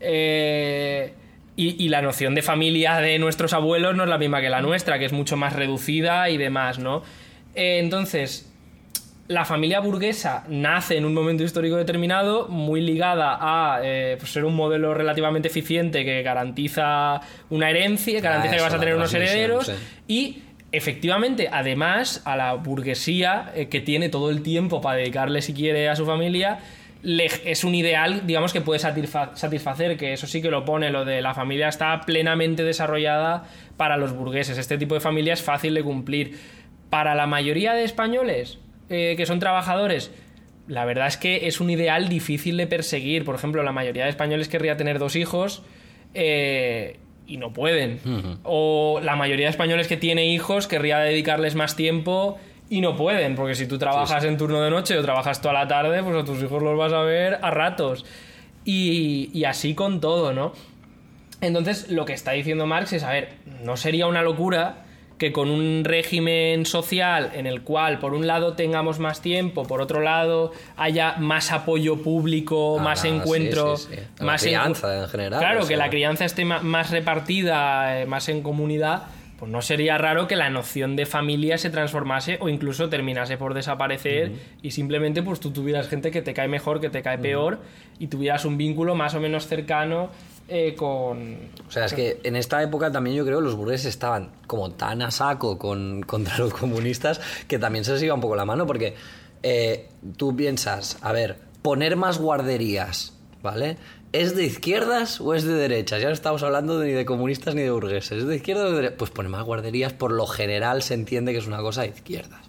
Y la noción de familia de nuestros abuelos no es la misma que la nuestra, que es mucho más reducida y demás, ¿no? Entonces... La familia burguesa nace en un momento histórico determinado, muy ligada a pues ser un modelo relativamente eficiente que garantiza una herencia, garantiza que vas a tener unos herederos y efectivamente, además, a la burguesía que tiene todo el tiempo para dedicarle, si quiere, a su familia, es un ideal, digamos, que puede satisfacer, que eso sí que lo pone, lo de la familia está plenamente desarrollada para los burgueses. Este tipo de familia es fácil de cumplir. Para la mayoría de españoles... que son trabajadores, la verdad es que es un ideal difícil de perseguir. Por ejemplo, la mayoría de españoles querría tener 2 hijos y no pueden. O la mayoría de españoles que tiene hijos querría dedicarles más tiempo y no pueden, porque si tú trabajas en turno de noche o trabajas toda la tarde, pues a tus hijos los vas a ver a ratos. Y así con todo, ¿no? Entonces, lo que está diciendo Marx es, a ver, no sería una locura que con un régimen social en el cual por un lado tengamos más tiempo, por otro lado haya más apoyo público, más encuentro, más crianza en general. Claro, que la crianza esté más repartida, más en comunidad, pues no sería raro que la noción de familia se transformase o incluso terminase por desaparecer y simplemente pues tú tuvieras gente que te cae mejor, que te cae peor y tuvieras un vínculo más o menos cercano con... O sea, es que en esta época también yo creo que los burgueses estaban como tan a saco contra los comunistas que también se les iba un poco la mano porque tú piensas, a ver, poner más guarderías, ¿vale? ¿Es de izquierdas o es de derechas? Ya no estamos hablando ni de comunistas ni de burgueses. ¿Es de izquierdas o de derechas? Pues poner más guarderías por lo general se entiende que es una cosa de izquierdas.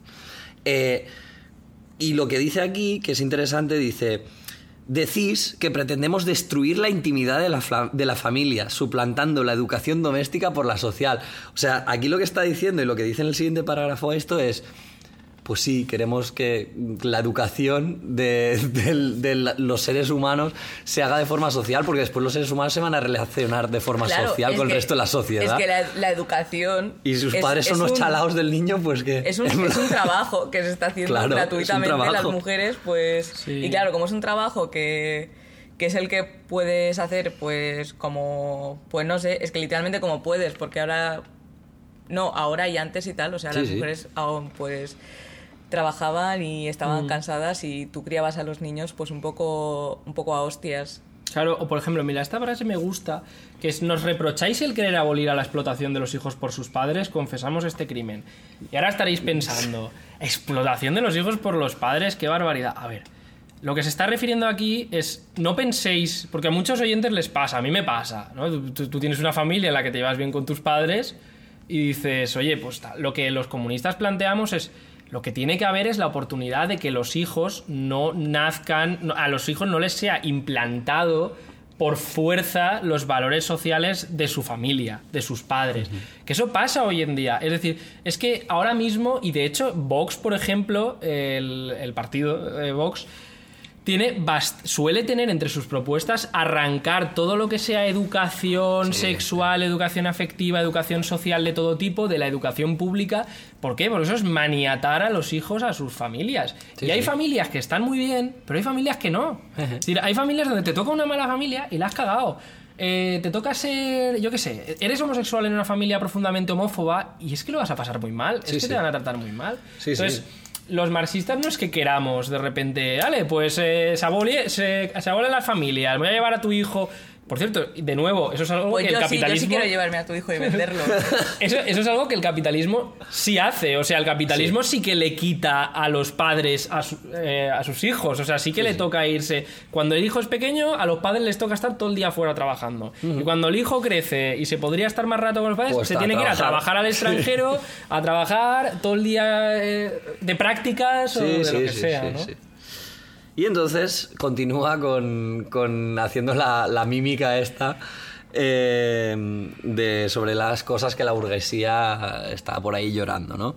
Y lo que dice aquí, que es interesante, dice... Decís que pretendemos destruir la intimidad de la familia, suplantando la educación doméstica por la social. O sea, aquí lo que está diciendo y lo que dice en el siguiente parágrafo esto es... Pues sí, queremos que la educación de los seres humanos se haga de forma social, porque después los seres humanos se van a relacionar de forma social con el resto de la sociedad. Es que la educación... Y sus padres son unos chalaos del niño, pues que... Es un trabajo que se está haciendo gratuitamente las mujeres, pues... Sí. Y claro, como es un trabajo que es el que puedes hacer, pues como... Pues no sé, es que literalmente como puedes, porque ahora... No, ahora y antes y tal, o sea, las mujeres aún pues... trabajaban y estaban cansadas y tú criabas a los niños pues un poco a hostias. Claro, o por ejemplo, mira, esta frase me gusta, que es: nos reprocháis el querer abolir a la explotación de los hijos por sus padres, confesamos este crimen. Y ahora estaréis pensando, explotación de los hijos por los padres, qué barbaridad. A ver, lo que se está refiriendo aquí es, no penséis, porque a muchos oyentes les pasa, a mí me pasa, ¿no? Tú tienes una familia en la que te llevas bien con tus padres y dices, oye, pues lo que los comunistas planteamos es, lo que tiene que haber es la oportunidad de que los hijos no nazcan, a los hijos no les sea implantado por fuerza los valores sociales de su familia, de sus padres. Que eso pasa hoy en día. Es decir, es que ahora mismo, y de hecho Vox, por ejemplo, el partido Vox, suele tener entre sus propuestas arrancar todo lo que sea educación sexual, educación afectiva, educación social de todo tipo, de la educación pública. ¿Por qué? Porque eso es maniatar a los hijos, a sus familias. Y hay familias que están muy bien, pero hay familias que no. Es decir, hay familias donde te toca una mala familia y la has cagado. Te toca ser, yo qué sé, eres homosexual en una familia profundamente homófoba y es que lo vas a pasar muy mal, es que te van a tratar muy mal. Entonces, los marxistas no es que queramos de repente, vale, pues se abolen las familias, voy a llevar a tu hijo. Por cierto, de nuevo, eso es algo que el capitalismo... yo sí quiero llevarme a tu hijo y venderlo. Eso es algo que el capitalismo sí hace. O sea, el capitalismo sí que le quita a los padres a sus hijos. O sea, sí que le toca irse. Cuando el hijo es pequeño, a los padres les toca estar todo el día fuera trabajando. Y cuando el hijo crece y se podría estar más rato con los padres, pues se tiene que ir a trabajar al extranjero, a trabajar todo el día de prácticas o de lo que sea, ¿no? Y entonces continúa con haciendo la mímica esta sobre las cosas que la burguesía está por ahí llorando, ¿no?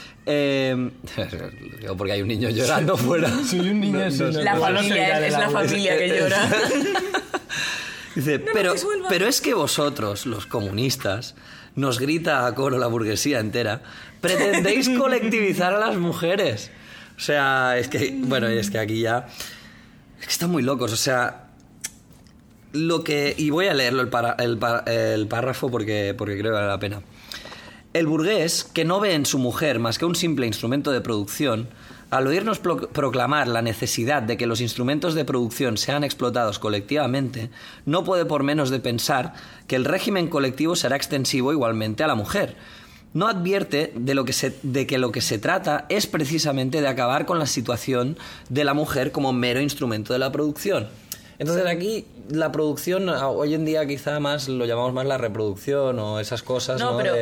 Digo, porque hay un niño llorando fuera. Soy un niño. La familia es la familia que llora. Dice, pero es que vosotros, los comunistas, nos grita a coro la burguesía entera, pretendéis colectivizar a las mujeres. O sea, es que aquí ya... Es que están muy locos, o sea... Y voy a leerlo el párrafo porque creo que vale la pena. El burgués, que no ve en su mujer más que un simple instrumento de producción, al oírnos proclamar la necesidad de que los instrumentos de producción sean explotados colectivamente, no puede por menos de pensar que el régimen colectivo será extensivo igualmente a la mujer. No advierte de que lo que se trata es precisamente de acabar con la situación de la mujer como mero instrumento de la producción. Entonces aquí la producción, hoy en día quizá más lo llamamos más la reproducción o esas cosas, ¿no? Pero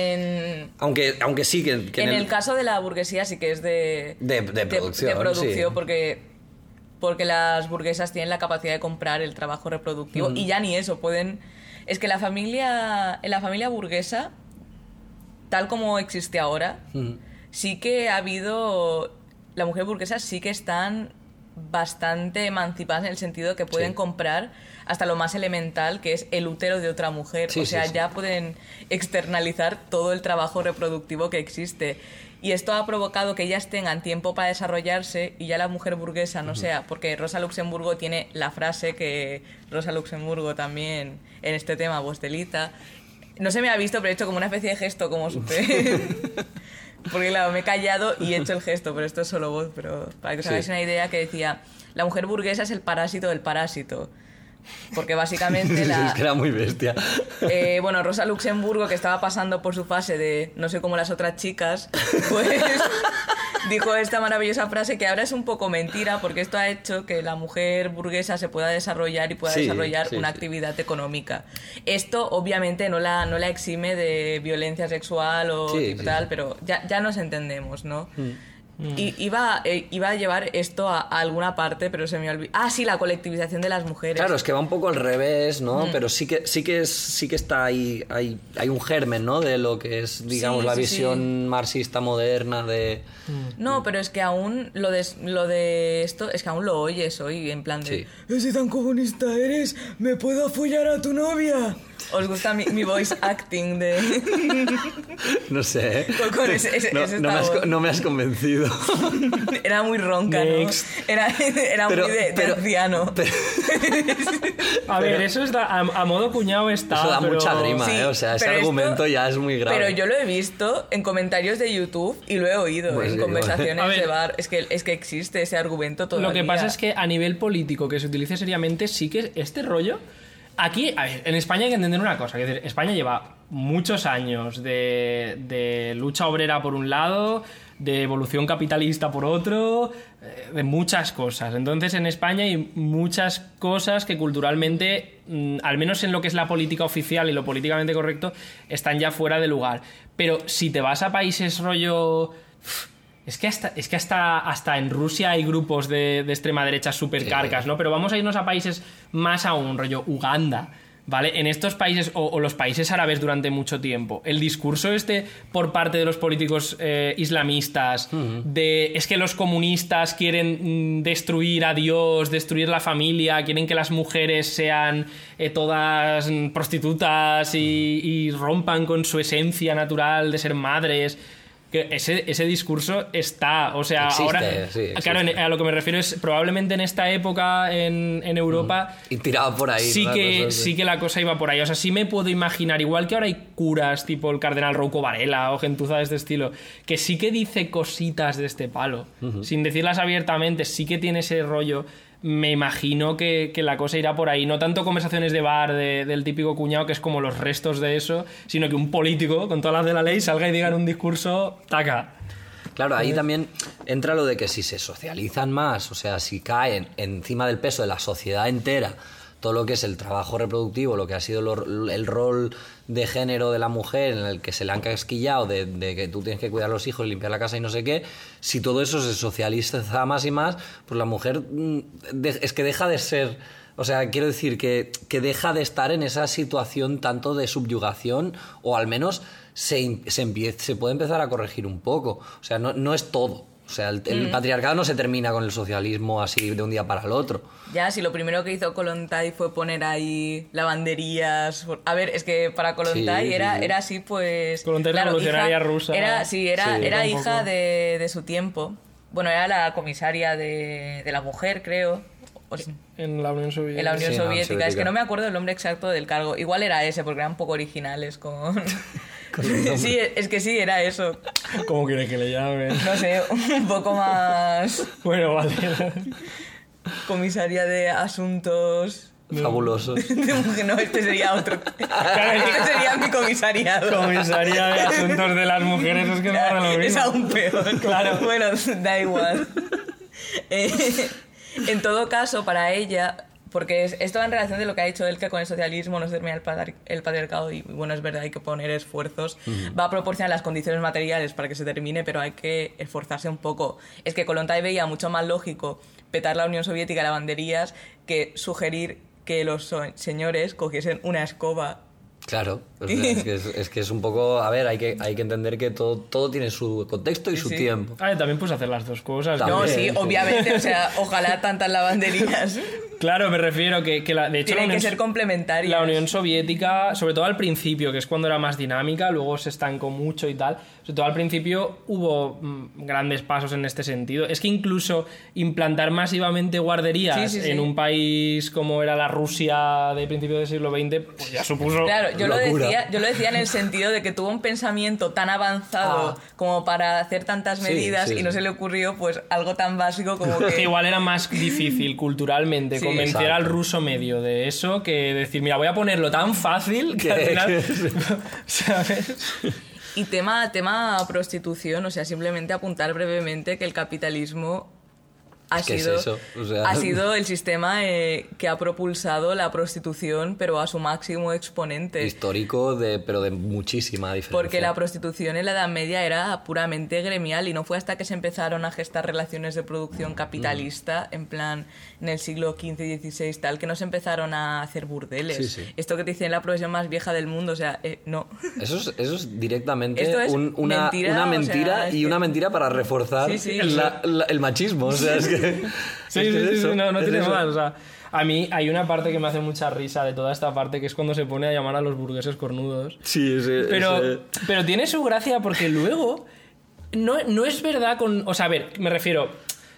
aunque sí que en el caso de la burguesía sí que es de producción, sí. porque las burguesas tienen la capacidad de comprar el trabajo reproductivo y ya ni eso pueden. Es que en la familia burguesa, tal como existe ahora, sí que ha habido... Las mujeres burguesas sí que están bastante emancipadas en el sentido que pueden comprar hasta lo más elemental, que es el útero de otra mujer. Ya pueden externalizar todo el trabajo reproductivo que existe. Y esto ha provocado que ellas tengan tiempo para desarrollarse y ya la mujer burguesa no sea... Porque Rosa Luxemburgo tiene la frase que Rosa Luxemburgo también en este tema postelita... No se me ha visto, pero he hecho como una especie de gesto, como súper... Porque claro, me he callado y he hecho el gesto, pero esto es solo voz. Pero para que os hagáis una idea, que decía, la mujer burguesa es el parásito del parásito. Porque básicamente Es que era muy bestia. Rosa Luxemburgo, que estaba pasando por su fase de no sé cómo las otras chicas, pues dijo esta maravillosa frase que ahora es un poco mentira, porque esto ha hecho que la mujer burguesa se pueda desarrollar y pueda desarrollar una actividad económica. Esto obviamente no la exime de violencia sexual o tal, pero ya nos entendemos, ¿no? Y iba a llevar esto a alguna parte, pero se me olvidó. Ah, sí, la colectivización de las mujeres. Claro, es que va un poco al revés, ¿no? Pero sí que está ahí, hay un germen, ¿no? De lo que es, digamos, la visión marxista moderna de... No, pero es que aún lo de esto, es que aún lo oyes hoy, en plan de... Si tan comunista eres, ¿me puedo follar a tu novia? ¿Os gusta mi voice acting de...? No sé, Con ese no me has convencido. pero... Era muy ronca, Next. ¿no? Era muy de anciano. A ver, eso está, a modo cuñado está. Eso da pero... mucha grima, Sí, o sea, ese pero argumento ya es muy grave. Pero yo lo he visto en comentarios de YouTube y lo he oído Pues en sí, conversaciones bueno. de bar. Es que existe ese argumento todavía. Lo que pasa es que a nivel político que se utilice seriamente, sí que este rollo... Aquí, a ver, en España hay que entender una cosa. Es decir, España lleva muchos años de lucha obrera por un lado, de evolución capitalista por otro, de muchas cosas. Entonces, en España hay muchas cosas que culturalmente, al menos en lo que es la política oficial y lo políticamente correcto, están ya fuera de lugar. Pero si te vas a países rollo... Es que hasta en Rusia hay grupos de extrema derecha súper carcas, ¿no? Pero vamos a irnos a países más aún, rollo Uganda, ¿vale? En estos países, o los países árabes durante mucho tiempo, el discurso por parte de los políticos islamistas, es que los comunistas quieren destruir a Dios, destruir la familia, quieren que las mujeres sean todas prostitutas y rompan con su esencia natural de ser madres... Que ese discurso está, o sea, existe, ahora... sí, existe. Claro, a lo que me refiero es probablemente en esta época en Europa... Y tiraba por ahí. Sí, ¿no? sí que la cosa iba por ahí. O sea, sí me puedo imaginar, igual que ahora hay curas tipo el cardenal Rouco Varela o gentuza de este estilo, que sí que dice cositas de este palo, sin decirlas abiertamente, sí que tiene ese rollo... Me imagino que la cosa irá por ahí. No tanto conversaciones de bar del típico cuñado, que es como los restos de eso, sino que un político, con todas las de la ley, salga y diga en un discurso, taca. Claro, ahí también entra lo de que si se socializan más, o sea, si caen encima del peso de la sociedad entera todo lo que es el trabajo reproductivo, lo que ha sido el rol de género de la mujer en el que se le han casquillado de que tú tienes que cuidar a los hijos, limpiar la casa y no sé qué, si todo eso se socializa más y más, pues la mujer es que deja de ser... O sea, quiero decir que deja de estar en esa situación tanto de subyugación, o al menos se puede empezar a corregir un poco. O sea, no es todo. O sea, el patriarcado no se termina con el socialismo así de un día para el otro. Ya, si lo primero que hizo Kollontai fue poner ahí lavanderías... A ver, es que para Kollontai era así, pues... Kollontai claro, revolucionaria rusa. Era hija de su tiempo. Bueno, era la comisaria de la mujer, creo. En la Unión Soviética. En la Unión Soviética. Es que no me acuerdo el nombre exacto del cargo. Igual era ese, porque eran un poco originales con... Sí, es que sí, era eso. ¿Cómo quieres que le llamen? No sé, un poco más... Bueno, vale. Comisaria de asuntos... Fabulosos. No, este sería otro. Claro, este sería mi comisariado. Comisaría de asuntos de las mujeres, es que no era lo mismo. Es aún peor. Claro. Bueno, da igual. En todo caso, para ella... Porque esto va en relación de lo que ha dicho él, que con el socialismo no se termina el patriarcado, y bueno, es verdad, hay que poner esfuerzos. Va a proporcionar las condiciones materiales para que se termine, pero hay que esforzarse un poco. Es que Kollontai veía mucho más lógico petar la Unión Soviética de lavanderías que sugerir que los señores cogiesen una escoba. Claro, o sea, es que es un poco... A ver, hay que entender que todo tiene su contexto y su tiempo. A ver, también puedes hacer las dos cosas. No, sí, obviamente, o sea, ojalá tantas lavanderías. Claro, me refiero que de hecho tienen que ser complementarias. La Unión Soviética, sobre todo al principio, que es cuando era más dinámica, luego se estancó mucho y tal, sobre todo al principio hubo grandes pasos en este sentido. Es que incluso implantar masivamente guarderías en un país como era la Rusia de principios del siglo XX, pues ya supuso... Claro, yo lo decía en el sentido de que tuvo un pensamiento tan avanzado como para hacer tantas medidas y no se le ocurrió pues algo tan básico como que... Igual era más difícil culturalmente convencer al ruso medio de eso que decir, mira, voy a ponerlo tan fácil que al final... ¿Sabes? Y tema prostitución, o sea, simplemente apuntar brevemente que el capitalismo ha sido el sistema que ha propulsado la prostitución, pero a su máximo exponente. Histórico, pero de muchísima diferencia. Porque la prostitución en la Edad Media era puramente gremial y no fue hasta que se empezaron a gestar relaciones de producción capitalista, en plan, en el siglo XV y XVI, tal, que no se empezaron a hacer burdeles. Esto que te dicen la profesión más vieja del mundo, o sea, no. Eso es directamente una mentira, o sea, y una mentira para reforzar el machismo, o sea, es que... Sí, no tiene más. O sea, a mí hay una parte que me hace mucha risa de toda esta parte, que es cuando se pone a llamar a los burgueses cornudos. Sí, pero tiene su gracia porque luego No es verdad con... O sea, a ver, me refiero...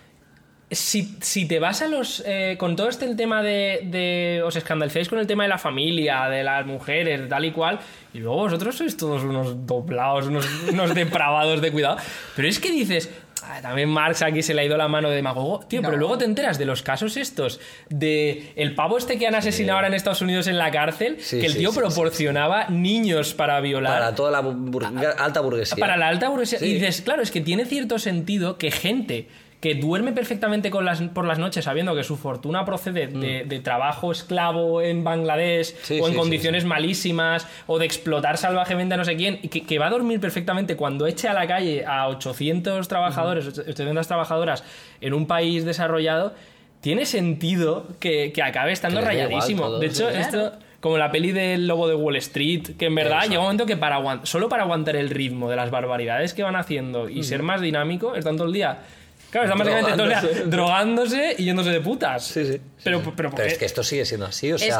Si te vas a los... con todo el tema de... Os escandalizáis con el tema de la familia, de las mujeres, tal y cual, y luego vosotros sois todos unos doblados, unos depravados de cuidado. Pero es que dices... También Marx aquí se le ha ido la mano de demagogo. Tío, pero luego te enteras de los casos estos de el pavo este que han asesinado ahora en Estados Unidos en la cárcel, que el tío proporcionaba niños para violar. Para toda la alta burguesía. Para la alta burguesía. Y dices, claro, es que tiene cierto sentido que gente que duerme perfectamente por las noches sabiendo que su fortuna procede de trabajo esclavo en Bangladesh o en condiciones malísimas o de explotar salvajemente a no sé quién, y que va a dormir perfectamente cuando eche a la calle a 800 trabajadores, 800 trabajadoras en un país desarrollado, tiene sentido que acabe estando rayadísimo. Igual, de hecho, esto... Como la peli del Lobo de Wall Street, que en verdad llega un momento que solo para aguantar el ritmo de las barbaridades que van haciendo y ser más dinámico, están todo el día... Claro, están básicamente todo el día drogándose y yéndose de putas. Sí. Pero es que esto sigue siendo así, o sea...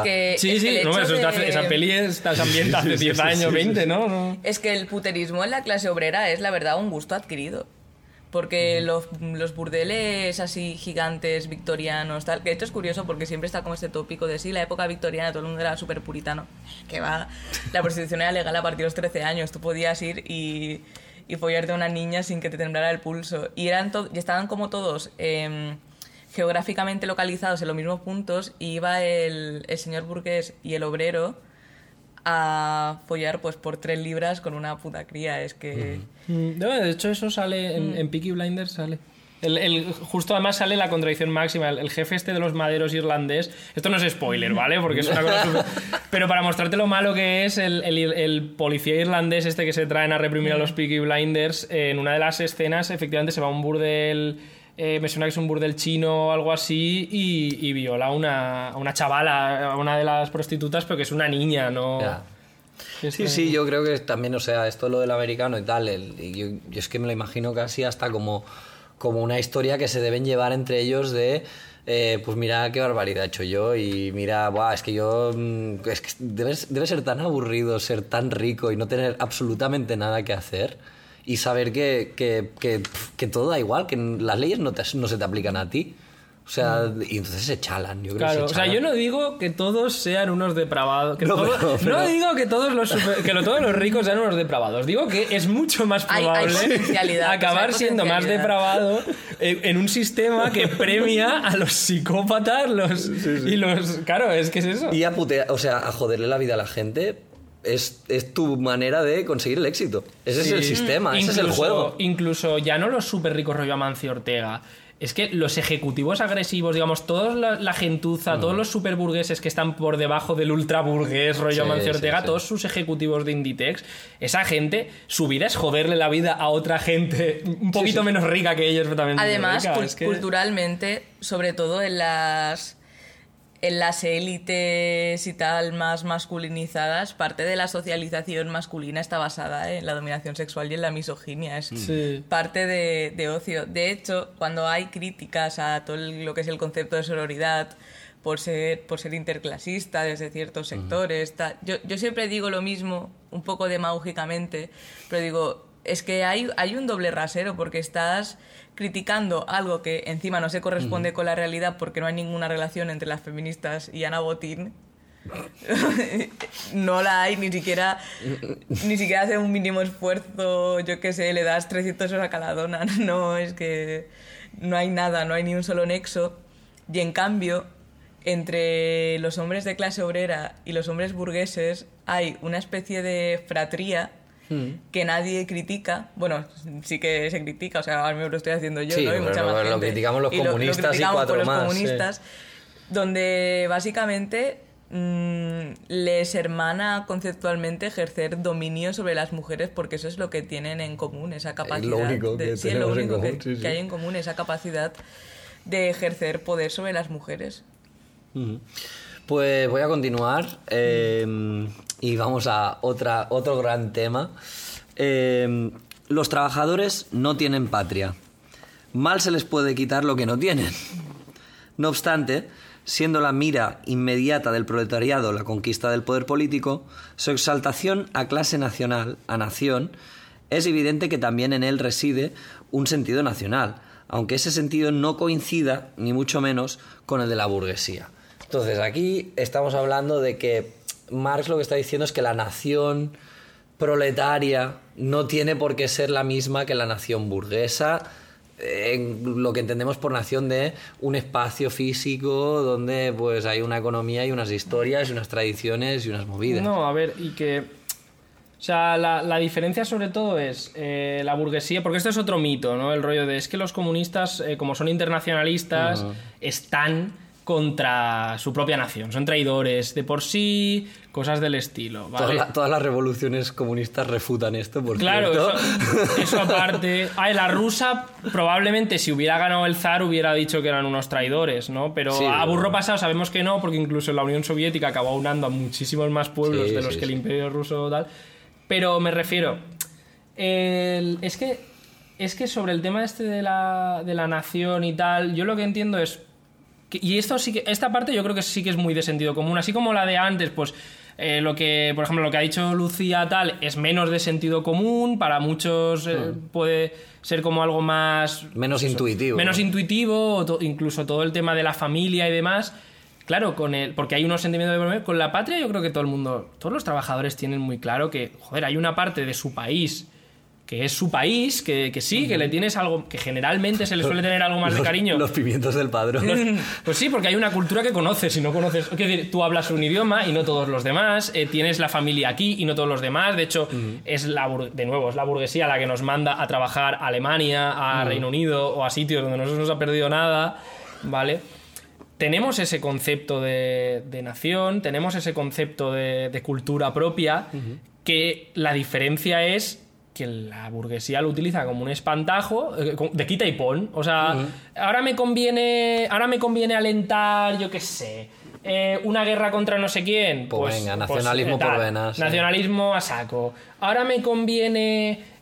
esa peli está ambientada hace 10 años, 20, ¿no? Es que el puterismo en la clase obrera es, la verdad, un gusto adquirido. Porque los burdeles así gigantes, victorianos, tal... Que esto es curioso porque siempre está como este tópico de la época victoriana todo el mundo era súper puritano. Que va... La prostitución era legal a partir de los 13 años. Tú podías ir y follarte a una niña sin que te temblara el pulso. Y estaban como todos geográficamente localizados en los mismos puntos, y iba el señor burgués y el obrero a follar pues por 3 libras con una puta cría. Es que... De hecho eso sale en Peaky Blinders, sale. Justo además sale la contradicción máxima. El jefe este de los maderos irlandés, esto no es spoiler, ¿vale? Porque es una cosa super... Pero para mostrarte lo malo que es el policía irlandés este que se traen a reprimir a los Peaky Blinders, en una de las escenas efectivamente se va a un burdel, me suena que es un burdel chino o algo así, y viola a una chavala, a una de las prostitutas, pero que es una niña, ¿no? Yeah. Sí, yo creo que también, o sea, esto lo del americano y tal, yo es que me lo imagino casi hasta como una historia que se deben llevar entre ellos de pues mira qué barbaridad he hecho yo, y mira, es que yo es que debe ser tan aburrido ser tan rico y no tener absolutamente nada que hacer y saber que todo da igual, que las leyes no se te aplican a ti. O sea, y entonces se chalan, yo creo. Claro, que se chalan. O sea, yo no digo que todos sean unos depravados. No digo que todos los ricos sean unos depravados. Digo que es mucho más probable acabar siendo más depravado en un sistema que premia a los psicópatas y los... Claro, es que es eso. Y a joderle la vida a la gente... Es tu manera de conseguir el éxito. Ese es el sistema, ese es el juego. Incluso ya no los súper ricos rollo Amancio Ortega. Es que los ejecutivos agresivos, digamos, toda la gentuza, todos los superburgueses que están por debajo del ultraburgués rollo Amancio Ortega, todos sus ejecutivos de Inditex, esa gente, su vida es joderle la vida a otra gente un poquito menos rica que ellos, pero también además, rica. Culturalmente, sobre todo en las élites y tal más masculinizadas, parte de la socialización masculina está basada en la dominación sexual y en la misoginia. Es parte de ocio. De hecho, cuando hay críticas a todo lo que es el concepto de sororidad por ser interclasista desde ciertos sectores, yo siempre digo lo mismo, un poco demagógicamente, pero digo, es que hay un doble rasero, porque estás criticando algo que encima no se corresponde con la realidad, porque no hay ninguna relación entre las feministas y Ana Botín. No la hay, ni siquiera hace un mínimo esfuerzo, yo qué sé, le das 300 euros a cada dona. No, es que no hay nada, no hay ni un solo nexo. Y en cambio, entre los hombres de clase obrera y los hombres burgueses hay una especie de fratría que nadie critica. Bueno, sí que se critica, o sea, al menos lo estoy haciendo yo, ¿no? Y mucha más gente. Lo criticamos los comunistas y 4 más. Comunistas, donde básicamente les hermana conceptualmente ejercer dominio sobre las mujeres, porque eso es lo que tienen en común, esa capacidad. Es lo único que tenemos en común. Que hay en común, esa capacidad de ejercer poder sobre las mujeres. Pues voy a continuar y vamos a otro gran tema. Los trabajadores no tienen patria. Mal se les puede quitar lo que no tienen. No obstante, siendo la mira inmediata del proletariado la conquista del poder político, su exaltación a clase nacional, a nación, es evidente que también en él reside un sentido nacional, aunque ese sentido no coincida, ni mucho menos, con el de la burguesía. Entonces, aquí estamos hablando de que Marx lo que está diciendo es que la nación proletaria no tiene por qué ser la misma que la nación burguesa, en lo que entendemos por nación de un espacio físico donde pues hay una economía y unas historias y unas tradiciones y unas movidas. No, a ver, y que... O sea, la diferencia sobre todo es la burguesía, porque esto es otro mito, ¿no? El rollo de es que los comunistas, como son internacionalistas, están contra su propia nación, son traidores de por sí, cosas del estilo, ¿vale? Todas las revoluciones comunistas refutan esto, por claro, cierto. Eso aparte. La rusa probablemente si hubiera ganado el zar hubiera dicho que eran unos traidores, ¿no? Pero sí, a burro pasado sabemos que no, porque incluso la Unión Soviética acabó aunando a muchísimos más pueblos de los que el Imperio Ruso tal. Pero me refiero, es que sobre el tema este de la nación y tal, yo lo que entiendo es y esto sí que, esta parte yo creo que sí que es muy de sentido común, así como la de antes, pues lo que, por ejemplo, lo que ha dicho Lucía tal, es menos de sentido común, para muchos puede ser como algo más... Menos intuitivo. Menos intuitivo, o incluso todo el tema de la familia y demás. Claro, porque hay unos sentimientos de problema. Con la patria yo creo que todo el mundo, todos los trabajadores tienen muy claro que, joder, hay una parte de su país que es su país, que sí, que le tienes algo, que generalmente se le suele tener algo más de cariño. Los pimientos del padrón. Pues sí, porque hay una cultura que conoces y no conoces. Quiero decir, tú hablas un idioma y no todos los demás, tienes la familia aquí y no todos los demás. De hecho, es la burguesía la que nos manda a trabajar a Alemania, a Reino Unido o a sitios donde no se nos ha perdido nada, ¿vale? Tenemos ese concepto de nación, tenemos ese concepto de cultura propia, que la diferencia es que la burguesía lo utiliza como un espantajo de quita y pon. O sea, ahora me conviene alentar, yo qué sé, una guerra contra no sé quién. Pues venga, nacionalismo por venas. Nacionalismo a saco. Ahora me conviene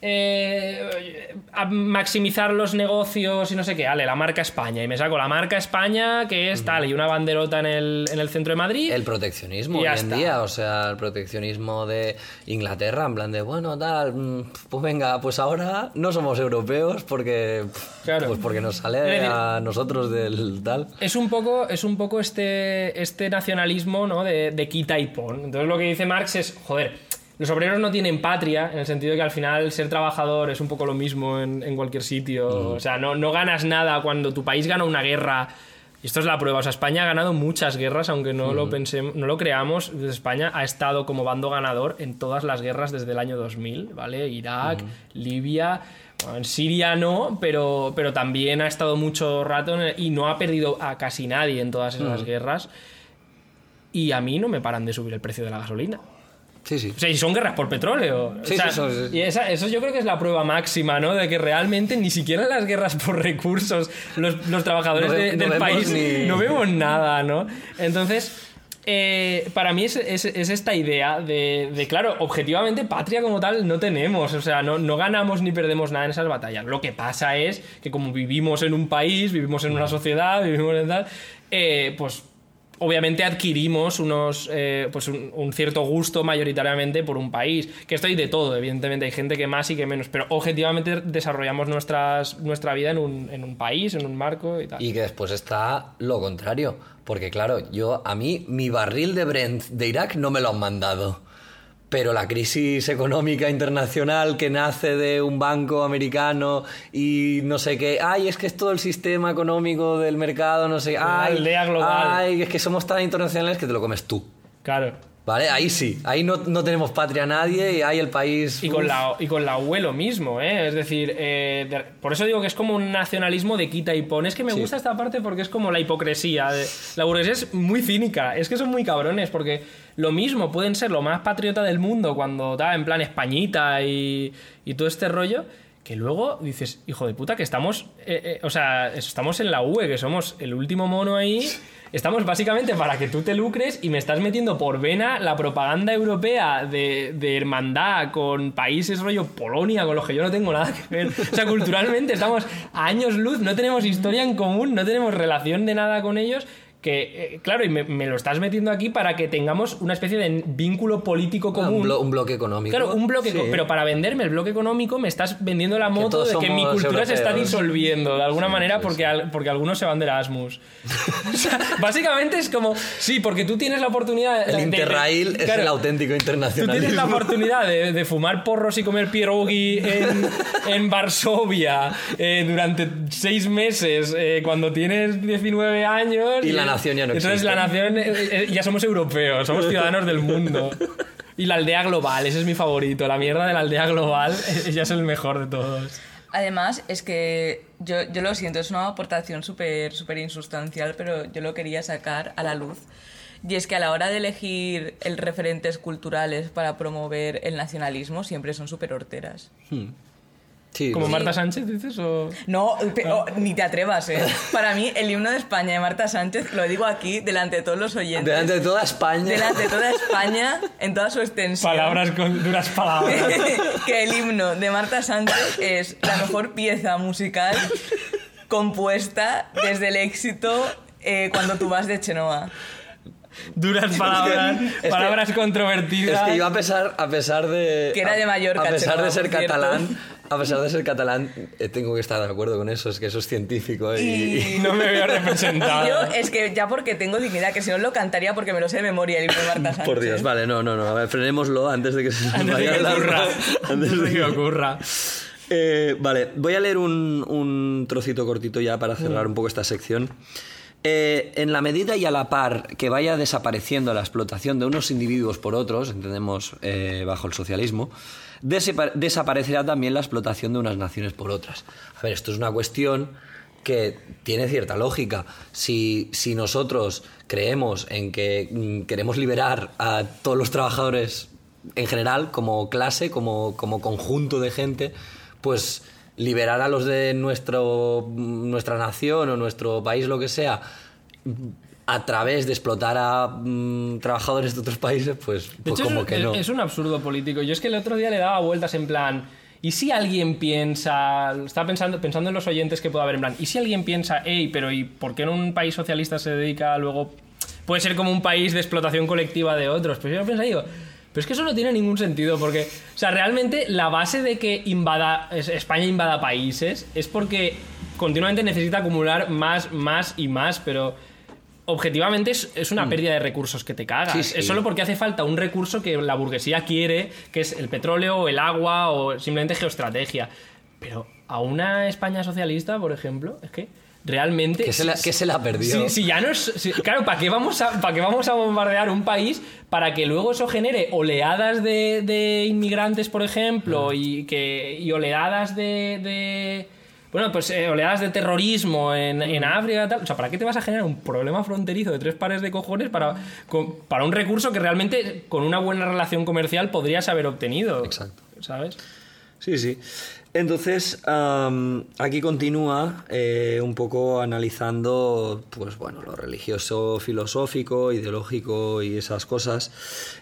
a maximizar los negocios y no sé qué. Vale, la marca España. Y me saco la marca España, que es tal, y una banderota en el centro de Madrid. El proteccionismo hoy en día, o sea, el proteccionismo de Inglaterra, en plan de, bueno, tal, pues venga, pues ahora no somos europeos porque, claro, pues porque nos sale a nosotros del tal. Es un poco este nacionalismo, ¿no? de quita y pon. Entonces lo que dice Marx es, joder, los obreros no tienen patria, en el sentido de que al final ser trabajador es un poco lo mismo en cualquier sitio. O sea, no ganas nada cuando tu país gana una guerra. Y esto es la prueba. O sea, España ha ganado muchas guerras, aunque no lo pensemos, no lo creamos. España ha estado como bando ganador en todas las guerras desde el año 2000, ¿vale? Irak, Libia... Bueno, en Siria no, pero también ha estado mucho rato y no ha perdido a casi nadie en todas esas guerras. Y a mí no me paran de subir el precio de la gasolina. Sí, sí. O sea, y son guerras por petróleo. Sí, o sea, sí. Y eso yo creo que es la prueba máxima, ¿no? De que realmente ni siquiera en las guerras por recursos los trabajadores del país no vemos nada, ¿no? Entonces... para mí es esta idea de, claro, objetivamente patria como tal no tenemos, o sea, no ganamos ni perdemos nada en esas batallas. Lo que pasa es que como vivimos en un país, vivimos en una sociedad, vivimos en tal, pues obviamente adquirimos un cierto gusto mayoritariamente por un país, que esto hay de todo, evidentemente hay gente que más y que menos, pero objetivamente desarrollamos nuestra vida en un país, en un marco y tal. Y que después está lo contrario, porque claro, a mí mi barril de Brent de Irak no me lo han mandado, pero la crisis económica internacional que nace de un banco americano y no sé qué, es que es todo el sistema económico del mercado, no sé, la aldea global. Es que somos tan internacionales que te lo comes tú. Claro. Vale, ahí sí, ahí no tenemos patria a nadie y ahí el país... Y con la UE lo mismo, ¿eh? Es decir, por eso digo que es como un nacionalismo de quita y pon. Es que me gusta esta parte porque es como la hipocresía. La burguesía es muy cínica, es que son muy cabrones porque lo mismo pueden ser lo más patriota del mundo cuando está en plan Españita y todo este rollo, que luego dices, hijo de puta, que estamos estamos en la UE, que somos el último mono ahí. Estamos básicamente para que tú te lucres y me estás metiendo por vena la propaganda europea de hermandad con países rollo Polonia, con los que yo no tengo nada que ver. O sea, culturalmente estamos a años luz, no tenemos historia en común, no tenemos relación de nada con ellos, que claro, y me lo estás metiendo aquí para que tengamos una especie de vínculo político común. Un bloque económico. Claro, un bloque, pero para venderme el bloque económico me estás vendiendo la moto de que mi cultura europeos. Se está disolviendo de alguna manera porque algunos se van de Erasmus. O sea, básicamente es como, sí, porque tú tienes la oportunidad... El Interrail es el auténtico internacionalismo. Tú tienes la oportunidad de fumar porros y comer pierogi en Varsovia durante 6 meses cuando tienes 19 años... Y la nación ya no existe. Entonces la nación ya somos europeos, somos ciudadanos del mundo. Y la aldea global, ese es mi favorito. La mierda de la aldea global ya es el mejor de todos. Además, es que yo lo siento, es una aportación súper insustancial, pero yo lo quería sacar a la luz. Y es que a la hora de elegir el referentes culturales para promover el nacionalismo siempre son súper horteras. Sí, ¿Como Marta Sánchez dices o...? No, ni te atrevas, ¿eh? Para mí, el himno de España de Marta Sánchez, lo digo aquí, delante de todos los oyentes. Delante de toda España. Delante de toda España, en toda su extensión. Palabras con duras palabras. Que el himno de Marta Sánchez es la mejor pieza musical compuesta desde el éxito cuando tú vas de Chenoa. Duras palabras, palabras controvertidas. Es que yo a pesar de... Que era de Mallorca, a pesar Chenoa, de ser catalán... A pesar de ser catalán, tengo que estar de acuerdo con eso, es que eso es científico y no me veo representado. Yo es que ya porque tengo dignidad, que si no lo cantaría porque me lo sé de memoria el himno de Marta Sánchez. Por Dios, vale, no, a ver, frenémoslo antes de que se nos vaya de la ocurra. Antes de que ocurra. Vale, voy a leer un trocito cortito ya para cerrar un poco esta sección. En la medida y a la par que vaya desapareciendo la explotación de unos individuos por otros, entendemos bajo el socialismo, desaparecerá también la explotación de unas naciones por otras. A ver, esto es una cuestión que tiene cierta lógica. Si nosotros creemos en que queremos liberar a todos los trabajadores en general, como clase, como conjunto de gente, pues liberar a los de nuestra nación o nuestro país, lo que sea, a través de explotar a trabajadores de otros países, pues como que no. Es un absurdo político. Yo es que el otro día le daba vueltas en plan... ¿Y si alguien piensa... Estaba pensando en los oyentes que pueda haber en plan... ¿Y si alguien piensa, pero ¿y por qué en un país socialista se dedica luego... Puede ser como un país de explotación colectiva de otros? Pues yo pienso, digo... Pero es que eso no tiene ningún sentido, porque... O sea, realmente la base de que España invada países es porque continuamente necesita acumular más y más, pero... Objetivamente es una pérdida de recursos que te cagas. Sí. Es solo porque hace falta un recurso que la burguesía quiere, que es el petróleo o el agua o simplemente geoestrategia. Pero a una España socialista, por ejemplo, es que realmente... ¿Qué se la perdió? Si ya no es... claro, ¿para qué vamos a bombardear un país para que luego eso genere oleadas de inmigrantes, por ejemplo, y oleadas de bueno, pues oleadas de terrorismo en África y tal? O sea, ¿para qué te vas a generar un problema fronterizo de 3 pares de cojones para un recurso que realmente con una buena relación comercial podrías haber obtenido? Exacto. ¿Sabes? Sí. Entonces, aquí continúa un poco analizando, pues bueno, lo religioso, filosófico, ideológico y esas cosas.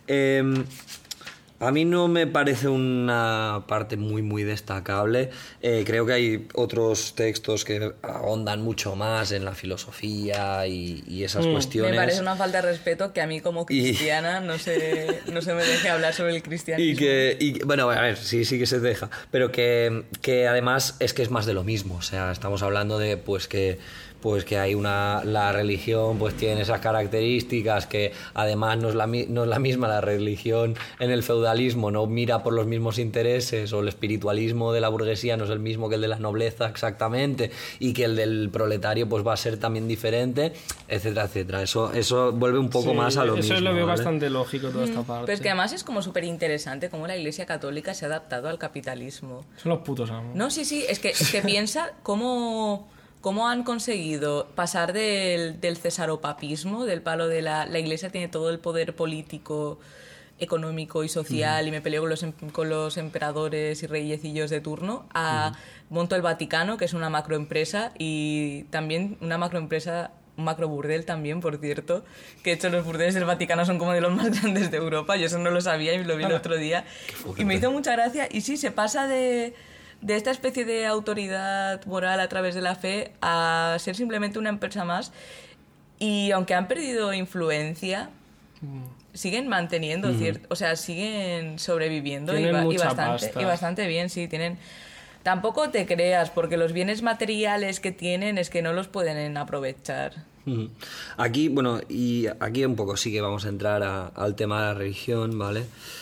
A mí no me parece una parte muy destacable. Creo que hay otros textos que ahondan mucho más en la filosofía y esas cuestiones. Me parece una falta de respeto que a mí como cristiana no se me deje hablar sobre el cristianismo. Bueno, a ver, sí que se deja. Pero que además es que es más de lo mismo. O sea, estamos hablando de que hay la religión pues tiene esas características, que además no es la misma la religión en el feudalismo, no mira por los mismos intereses, o el espiritualismo de la burguesía no es el mismo que el de la nobleza exactamente, y que el del proletario pues va a ser también diferente, etcétera. Eso vuelve un poco más a lo mismo. Eso lo veo ¿vale? bastante lógico toda esta parte. Pero es que además es como súper interesante cómo la Iglesia Católica se ha adaptado al capitalismo. Son los putos amos. No, sí, es que piensa cómo han conseguido pasar del cesaropapismo, del palo de la Iglesia tiene todo el poder político, económico y social y me peleo con los emperadores y reyecillos de turno, a monto el Vaticano, que es una macroempresa, y también una macroempresa, un macroburdel también, por cierto, que de hecho los burdeles del Vaticano son como de los más grandes de Europa. Yo eso no lo sabía y lo vi el otro día y me hizo mucha gracia. Y sí, se pasa de esta especie de autoridad moral a través de la fe a ser simplemente una empresa más. Y aunque han perdido influencia, siguen manteniendo o sea, siguen sobreviviendo y bastante bien, sí, tienen. Tampoco te creas, porque los bienes materiales que tienen es que no los pueden aprovechar. Aquí, bueno, y aquí un poco sí que vamos a entrar al tema de la religión, ¿vale?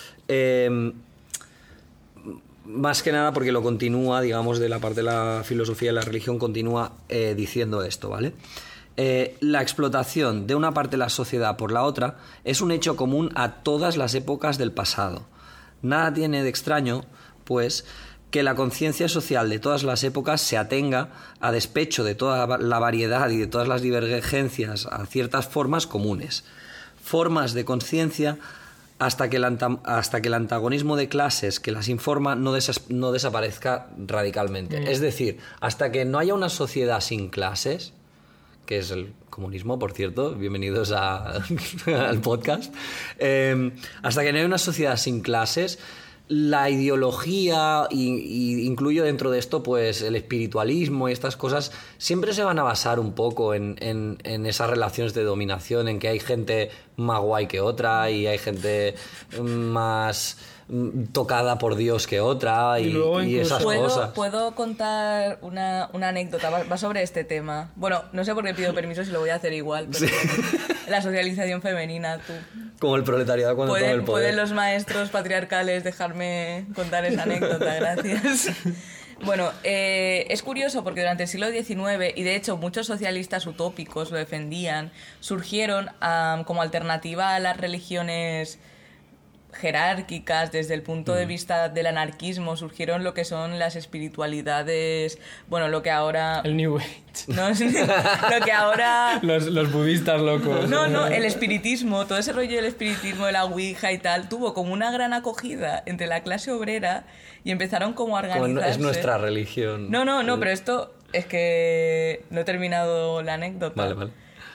Más que nada porque lo continúa, digamos, de la parte de la filosofía de la religión, continúa diciendo esto, ¿vale? La explotación de una parte de la sociedad por la otra es un hecho común a todas las épocas del pasado. Nada tiene de extraño, pues, que la conciencia social de todas las épocas se atenga, a despecho de toda la variedad y de todas las divergencias, a ciertas formas comunes. Formas de conciencia hasta que el antagonismo de clases que las informa no desaparezca radicalmente. Es decir, hasta que no haya una sociedad sin clases, que es el comunismo, por cierto, bienvenidos al podcast, hasta que no haya una sociedad sin clases, la ideología, y incluyo dentro de esto pues el espiritualismo y estas cosas, siempre se van a basar un poco en esas relaciones de dominación, en que hay gente más guay que otra y hay gente más tocada por Dios que otra y esas cosas. ¿Puedo contar una anécdota? Va sobre este tema. Bueno, no sé por qué pido permiso si lo voy a hacer igual, pero la socialización femenina, tú. Como el proletariado cuando toma el poder. ¿Pueden los maestros patriarcales dejarme contar esa anécdota? Gracias. Bueno, es curioso porque durante el siglo XIX, y de hecho muchos socialistas utópicos lo defendían, surgieron como alternativa a las religiones jerárquicas. Desde el punto de vista del anarquismo surgieron lo que son las espiritualidades, bueno, lo que ahora... El New Age. No, lo que ahora... Los budistas locos. No, el espiritismo, todo ese rollo del espiritismo, de la Ouija y tal, tuvo como una gran acogida entre la clase obrera y empezaron como a organizarse. Es nuestra religión. No, pero esto es que no he terminado la anécdota. Vale.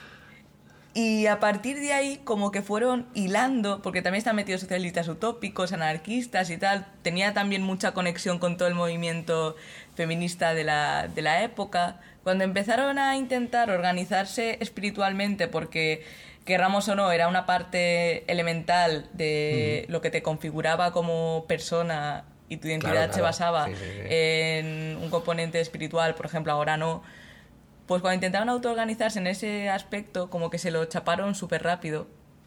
Y a partir de ahí como que fueron hilando, porque también están metidos socialistas utópicos, anarquistas y tal, tenía también mucha conexión con todo el movimiento feminista de la época, cuando empezaron a intentar organizarse espiritualmente, porque querramos o no, era una parte elemental de lo que te configuraba como persona y tu identidad se basaba en un componente espiritual, por ejemplo, ahora no. Pues cuando intentaron autoorganizarse en ese aspecto, como que se lo chaparon súper rápido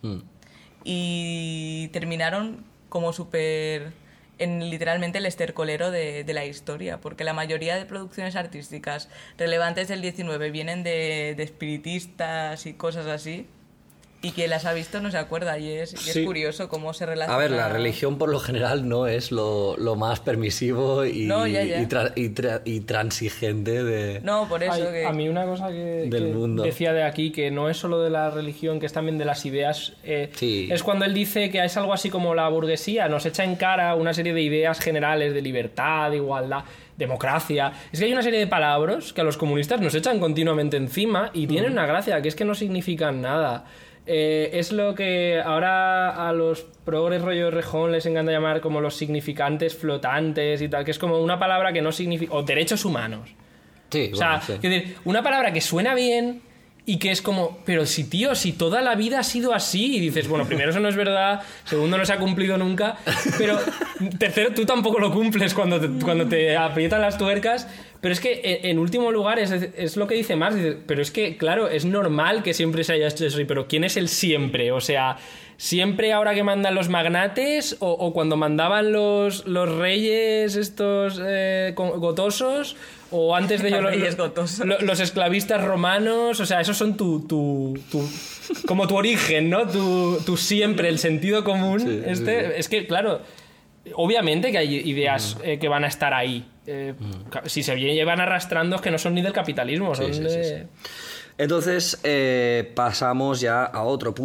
y terminaron como súper en literalmente el estercolero de la historia, porque la mayoría de producciones artísticas relevantes del 19 vienen de espiritistas y cosas así, y quien las ha visto no se acuerda, y es curioso cómo se relaciona. A ver, la religión por lo general no es lo más permisivo y transigente de... No, por eso a mí una cosa que decía de aquí, que no es solo de la religión, que es también de las ideas, es cuando él dice que es algo así como la burguesía nos echa en cara una serie de ideas generales de libertad, de igualdad, democracia. Es que hay una serie de palabras que a los comunistas nos echan continuamente encima y tienen una gracia, que es que no significan nada. Es lo que ahora a los progres rollo Rejón les encanta llamar como los significantes flotantes y tal, que es como una palabra que no significa... O derechos humanos. Sí, o sea, es decir, una palabra que suena bien y que es como... Pero si, tío, si toda la vida ha sido así. Y dices, bueno, primero eso no es verdad, segundo no se ha cumplido nunca, pero tercero tú tampoco lo cumples cuando te aprietan las tuercas. Pero es que, en último lugar, es lo que dice Marx. Pero es que, claro, es normal que siempre se haya hecho eso. Pero ¿quién es el siempre? O sea, ¿siempre ahora que mandan los magnates? ¿O cuando mandaban los reyes estos gotosos? ¿O antes de ellos los esclavistas romanos? O sea, esos son como tu origen, ¿no? Tu siempre, el sentido común. Sí. Es que, claro... Obviamente que hay ideas que van a estar ahí. Si se llevan arrastrando es que no son ni del capitalismo. Son sí. Entonces pasamos ya a otro punto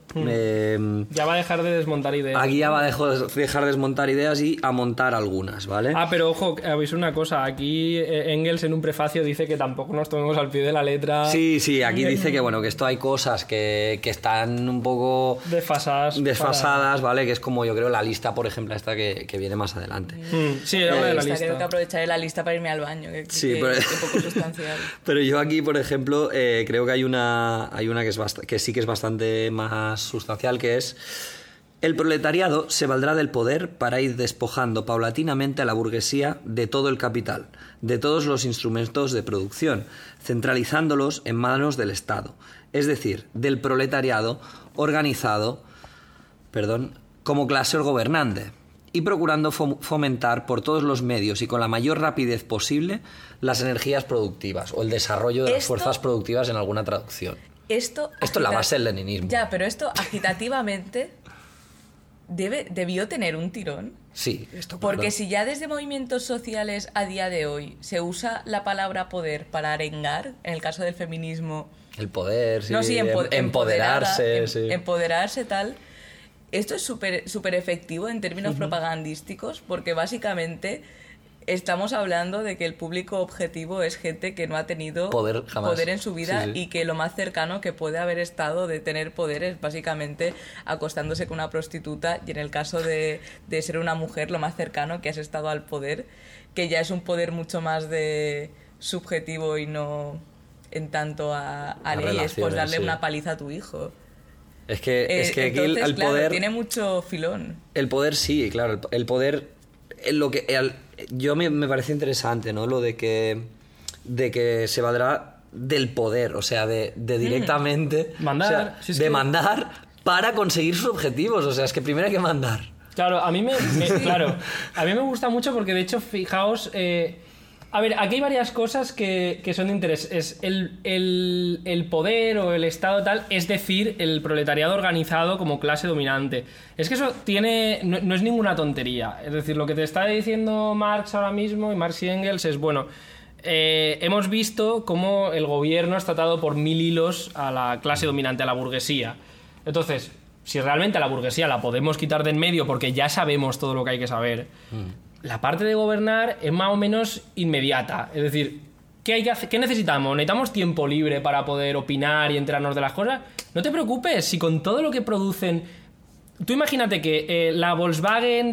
Ya va a dejar de desmontar ideas. Aquí ya va a dejar de desmontar ideas y a montar algunas, ¿vale? Pero ojo, habéis una cosa. Aquí Engels en un prefacio dice que tampoco nos tomemos al pie de la letra. Sí, aquí dice que bueno, que esto hay cosas que están un poco desfasadas, ¿vale? Que es como yo creo la lista, por ejemplo, esta que viene más adelante. Sí, habla de la lista. Creo que aprovecharé la lista para irme al baño, que poco sustancial. Pero yo aquí, por ejemplo, creo que hay una que sí que es bastante más sustancial, que es: el proletariado se valdrá del poder para ir despojando paulatinamente a la burguesía de todo el capital, de todos los instrumentos de producción, centralizándolos en manos del Estado, es decir, del proletariado organizado, como clase gobernante, y procurando fomentar por todos los medios y con la mayor rapidez posible las energías productivas o el desarrollo de las fuerzas productivas en alguna traducción. Esto es la base del leninismo. Ya, pero esto agitativamente debió tener un tirón. Sí, esto porque si ya desde movimientos sociales a día de hoy se usa la palabra poder para arengar, en el caso del feminismo... El poder, sí. No, sí, empoderarse. Sí. Empoderarse, tal... Esto es súper efectivo en términos propagandísticos, porque básicamente estamos hablando de que el público objetivo es gente que no ha tenido poder en su vida, y que lo más cercano que puede haber estado de tener poder es básicamente acostándose con una prostituta, y en el caso de ser una mujer, lo más cercano que has estado al poder, que ya es un poder mucho más de subjetivo y no en tanto a leyes, pues darle una paliza a tu hijo. Es que aquí entonces, el poder tiene mucho filón. El poder sí, claro, el poder yo me parece interesante, ¿no? Lo de que se valdrá del poder, o sea, de directamente mandar, o sea, mandar para conseguir sus objetivos, o sea, es que primero hay que mandar. Claro, a mí me gusta mucho porque de hecho, fijaos, a ver, aquí hay varias cosas que son de interés. Es el poder o el Estado tal, es decir, el proletariado organizado como clase dominante. Es que eso no es ninguna tontería. Es decir, lo que te está diciendo Marx ahora mismo, y Marx y Engels, es bueno, hemos visto cómo el gobierno ha tratado por mil hilos a la clase dominante, a la burguesía. Entonces, si realmente a la burguesía la podemos quitar de en medio porque ya sabemos todo lo que hay que saber... La parte de gobernar es más o menos inmediata. Es decir, ¿qué hay que hacer? ¿Qué necesitamos? ¿Necesitamos tiempo libre para poder opinar y enterarnos de las cosas? No te preocupes, si con todo lo que producen... Tú imagínate que la Volkswagen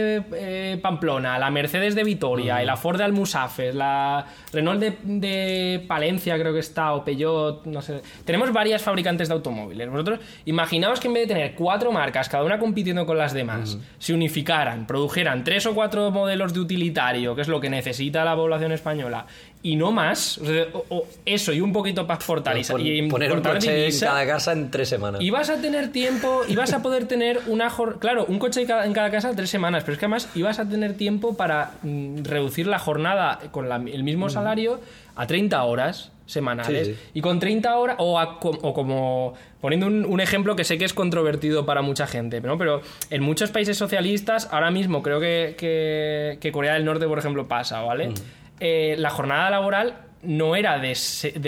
de Pamplona, la Mercedes de Vitoria, y la Ford de Almusafes, la Renault de Palencia creo que está, o Peugeot, no sé. Tenemos varias fabricantes de automóviles. Vosotros imaginaos que en vez de tener 4 marcas, cada una compitiendo con las demás, se unificaran, produjeran 3 o 4 modelos de utilitario, que es lo que necesita la población española, y no más, o eso, y un poquito para fortalecer. Poner un coche en cada casa en 3 semanas. Y vas a tener tiempo, y vas a poder tener claro, un coche en cada casa 3 semanas, pero es que además ibas a tener tiempo para reducir la jornada con el mismo salario a 30 horas semanales. Sí. Y con 30 horas, o como poniendo un ejemplo que sé que es controvertido para mucha gente, ¿no? Pero en muchos países socialistas, ahora mismo creo que Corea del Norte, por ejemplo, pasa, ¿vale? La jornada laboral no era de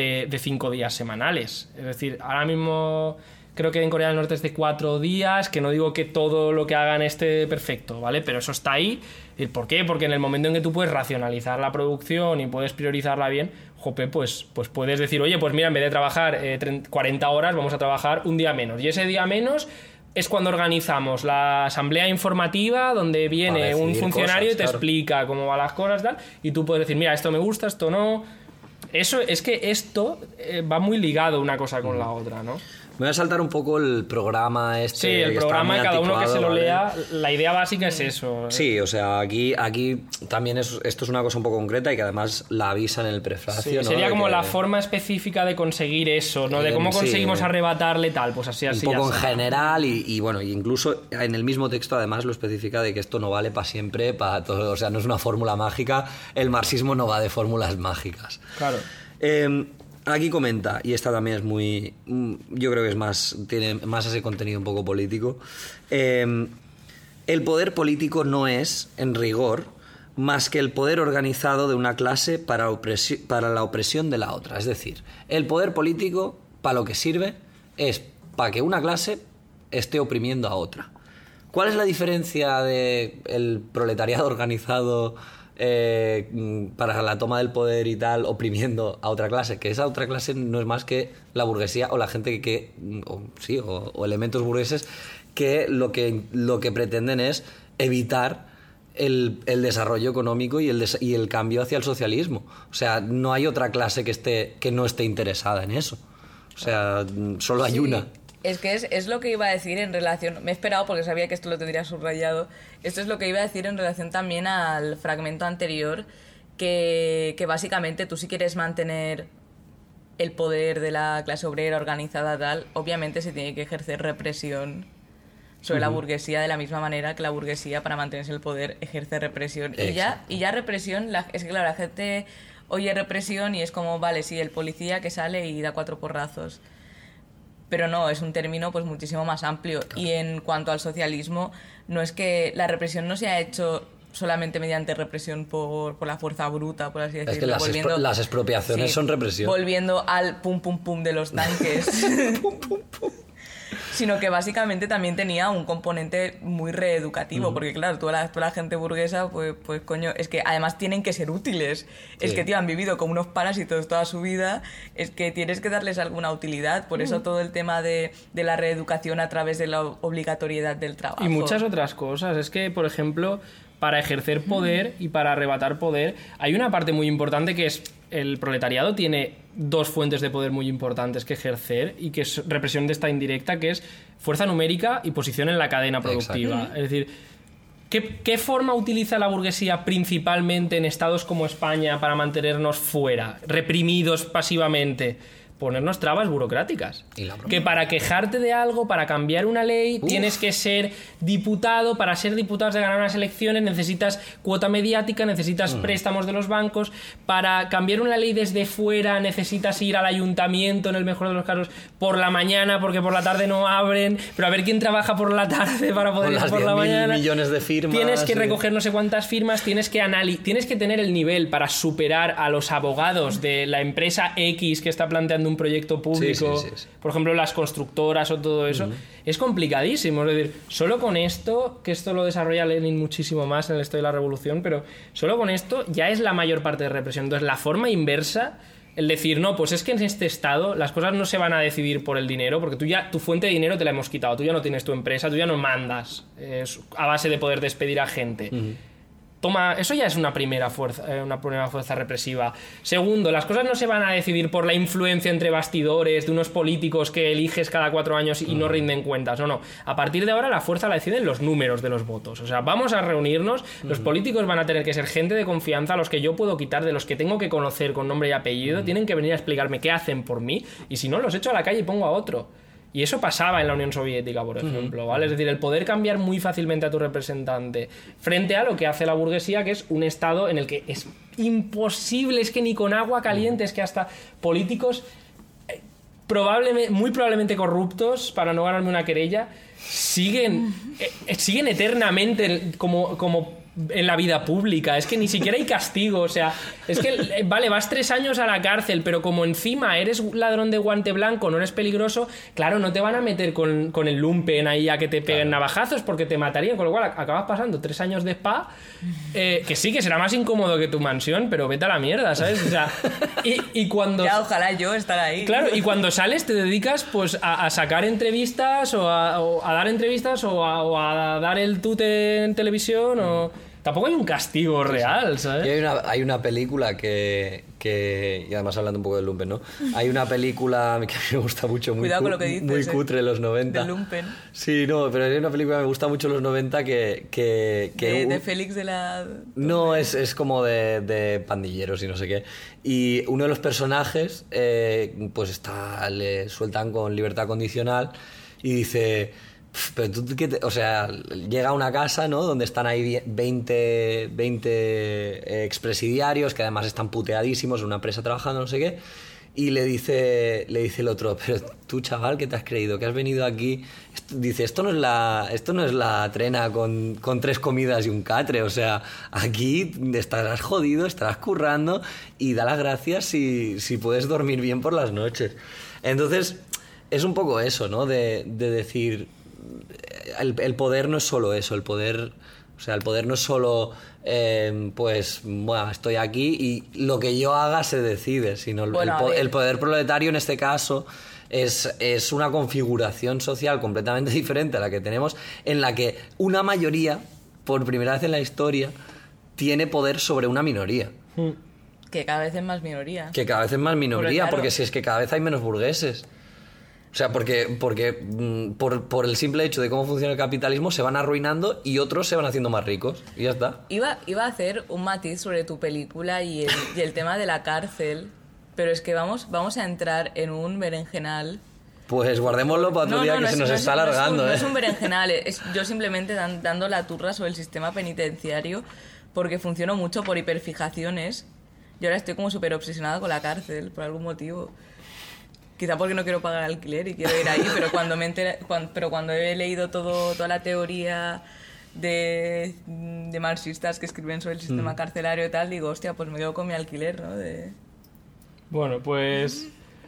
5 días semanales. Es decir, ahora mismo... Creo que en Corea del Norte es de 4 días, que no digo que todo lo que hagan esté perfecto, ¿vale? Pero eso está ahí. ¿Por qué? Porque en el momento en que tú puedes racionalizar la producción y puedes priorizarla bien, pues puedes decir, oye, pues mira, en vez de trabajar 40 horas, vamos a trabajar un día menos. Y ese día menos es cuando organizamos la asamblea informativa, donde viene un funcionario cosas, y te explica cómo van las cosas, tal, y tú puedes decir, mira, esto me gusta, esto no... Eso es que esto va muy ligado una cosa con la otra, ¿no? Me voy a saltar un poco el programa este. Sí, el programa, cada uno que se lo lea, la idea básica es eso. Sí, o sea, aquí también esto es una cosa un poco concreta y que además la avisa en el prefacio, sí, ¿no? Sería como la forma específica de conseguir eso, ¿no? De cómo conseguimos arrebatarle tal, pues así. Un poco en general y bueno, incluso en el mismo texto además lo especifica de que esto no vale para siempre, para todo, o sea, no es una fórmula mágica, el marxismo no va de fórmulas mágicas. Claro. Aquí comenta, y esta también es muy... Yo creo que tiene más ese contenido un poco político. El poder político no es, en rigor, más que el poder organizado de una clase para la opresión de la otra. Es decir, el poder político, para lo que sirve, es para que una clase esté oprimiendo a otra. ¿Cuál es la diferencia del proletariado organizado para la toma del poder y tal, oprimiendo a otra clase? Que esa otra clase no es más que la burguesía o la gente o elementos burgueses que lo que pretenden es evitar el desarrollo económico y el cambio hacia el socialismo. O sea, no hay otra clase que no esté interesada en eso. O sea, solo hay una. Es que es lo que iba a decir en relación... Me he esperado porque sabía que esto lo tendría subrayado. Esto es lo que iba a decir en relación también al fragmento anterior, que básicamente tú, si quieres mantener el poder de la clase obrera organizada tal, obviamente se tiene que ejercer represión sobre la burguesía, de la misma manera que la burguesía, para mantenerse el poder, ejerce represión. Y ya represión, es que claro, la gente oye represión y es como, vale, sí, el policía que sale y da 4 porrazos. Pero no, es un término pues muchísimo más amplio. Claro. Y en cuanto al socialismo, no es que la represión no se ha hecho solamente mediante represión por la fuerza bruta, por así decirlo. Es que las expropiaciones son represión. Volviendo al pum pum pum de los tanques. Pum pum pum. Sino que básicamente también tenía un componente muy reeducativo, porque claro, toda la gente burguesa, pues coño, es que además tienen que ser útiles. Sí. Es que, tío, han vivido como unos parásitos toda su vida, es que tienes que darles alguna utilidad. Por eso todo el tema de la reeducación a través de la obligatoriedad del trabajo. Y muchas otras cosas. Es que, por ejemplo, para ejercer poder y para arrebatar poder, hay una parte muy importante que es el proletariado tiene 2 fuentes de poder muy importantes que ejercer y que es represión de esta indirecta, que es fuerza numérica y posición en la cadena productiva. Exacto. Es decir, ¿qué forma utiliza la burguesía principalmente en estados como España para mantenernos fuera, reprimidos pasivamente? Ponernos trabas burocráticas. Que para quejarte de algo, para cambiar una ley, tienes que ser diputado. Para ser diputado de ganar unas elecciones necesitas cuota mediática, necesitas préstamos de los bancos. Para cambiar una ley desde fuera necesitas ir al ayuntamiento, en el mejor de los casos, por la mañana, porque por la tarde no abren. Pero a ver quién trabaja por la tarde para poder ir por la mañana. Millones de firmas. Tienes que recoger no sé cuántas firmas, tienes que tener el nivel para superar a los abogados de la empresa X que está planteando un proyecto público, sí. Por ejemplo las constructoras o todo eso, es complicadísimo. Es decir, solo con esto, que esto lo desarrolla Lenin muchísimo más en el Estado de la Revolución, pero solo con esto ya es la mayor parte de represión. Entonces la forma inversa, el decir, no, pues es que en este estado las cosas no se van a decidir por el dinero, porque tu fuente de dinero te la hemos quitado, tú ya no tienes tu empresa, tú ya no mandas a base de poder despedir a gente. Toma, eso ya es una primera fuerza represiva. Segundo, las cosas no se van a decidir por la influencia entre bastidores de unos políticos que eliges cada 4 años y no rinden cuentas. No. A partir de ahora la fuerza la deciden los números de los votos. O sea, vamos a reunirnos, los políticos van a tener que ser gente de confianza, a los que yo puedo quitar, de los que tengo que conocer con nombre y apellido, tienen que venir a explicarme qué hacen por mí, y si no, los echo a la calle y pongo a otro. Y eso pasaba en la Unión Soviética, por ejemplo, ¿vale? Es decir, el poder cambiar muy fácilmente a tu representante frente a lo que hace la burguesía, que es un estado en el que es imposible, es que ni con agua caliente, es que hasta políticos muy probablemente corruptos, para no ganarme una querella, siguen eternamente como en la vida pública. Es que ni siquiera hay castigo. O sea, es que, vale, vas 3 años a la cárcel, pero como encima eres ladrón de guante blanco, no eres peligroso, claro, no te van a meter con el lumpen ahí a que te peguen navajazos, porque te matarían, con lo cual acabas pasando 3 años de spa, que sí, que será más incómodo que tu mansión, pero vete a la mierda, ¿sabes? O sea, y cuando... Ya, ojalá yo estar ahí. Claro, y cuando sales te dedicas pues a sacar entrevistas o a dar entrevistas o a dar el tute en televisión o... Tampoco hay un castigo real, ¿sabes? Y hay una película que... Y además hablando un poco del lumpen, ¿no? Hay una película que a mí me gusta mucho, muy cutre, de los 90. Del lumpen. Sí, no, pero hay una película que me gusta mucho de los 90 ¿De Félix de la...? No, es como de pandilleros y no sé qué. Y uno de los personajes, pues le sueltan con libertad condicional y dice... Pero tú, o sea, llega a una casa, ¿no?, donde están ahí 20 expresidiarios que además están puteadísimos en una empresa trabajando, no sé qué, y le dice el otro, pero tú, chaval, ¿qué te has creído? ¿Que has venido aquí? Dice, esto no es la trena con 3 comidas y un catre, o sea, aquí estarás jodido, estarás currando y da las gracias si puedes dormir bien por las noches. Entonces, es un poco eso, ¿no?, de decir... el poder no es solo eso, el poder no es solo pues bueno, estoy aquí y lo que yo haga se decide, sino el poder proletario en este caso es una configuración social completamente diferente a la que tenemos, en la que una mayoría, por primera vez en la historia, tiene poder sobre una minoría. Que cada vez es más minoría. Claro, porque si es que cada vez hay menos burgueses. O sea, porque por el simple hecho de cómo funciona el capitalismo se van arruinando y otros se van haciendo más ricos. Y ya está. Iba a hacer un matiz sobre tu película y el tema de la cárcel, pero es que vamos a entrar en un berenjenal. Pues guardémoslo para otro día que se nos está alargando. No es un berenjenal, es yo simplemente dando la turra sobre el sistema penitenciario, porque funcionó mucho por hiperfijaciones. Yo ahora estoy como súper obsesionada con la cárcel, por algún motivo. Quizá porque no quiero pagar alquiler y quiero ir ahí, pero cuando he leído toda la teoría de marxistas que escriben sobre el sistema carcelario y tal, digo, hostia, pues me quedo con mi alquiler, ¿no? Bueno, pues...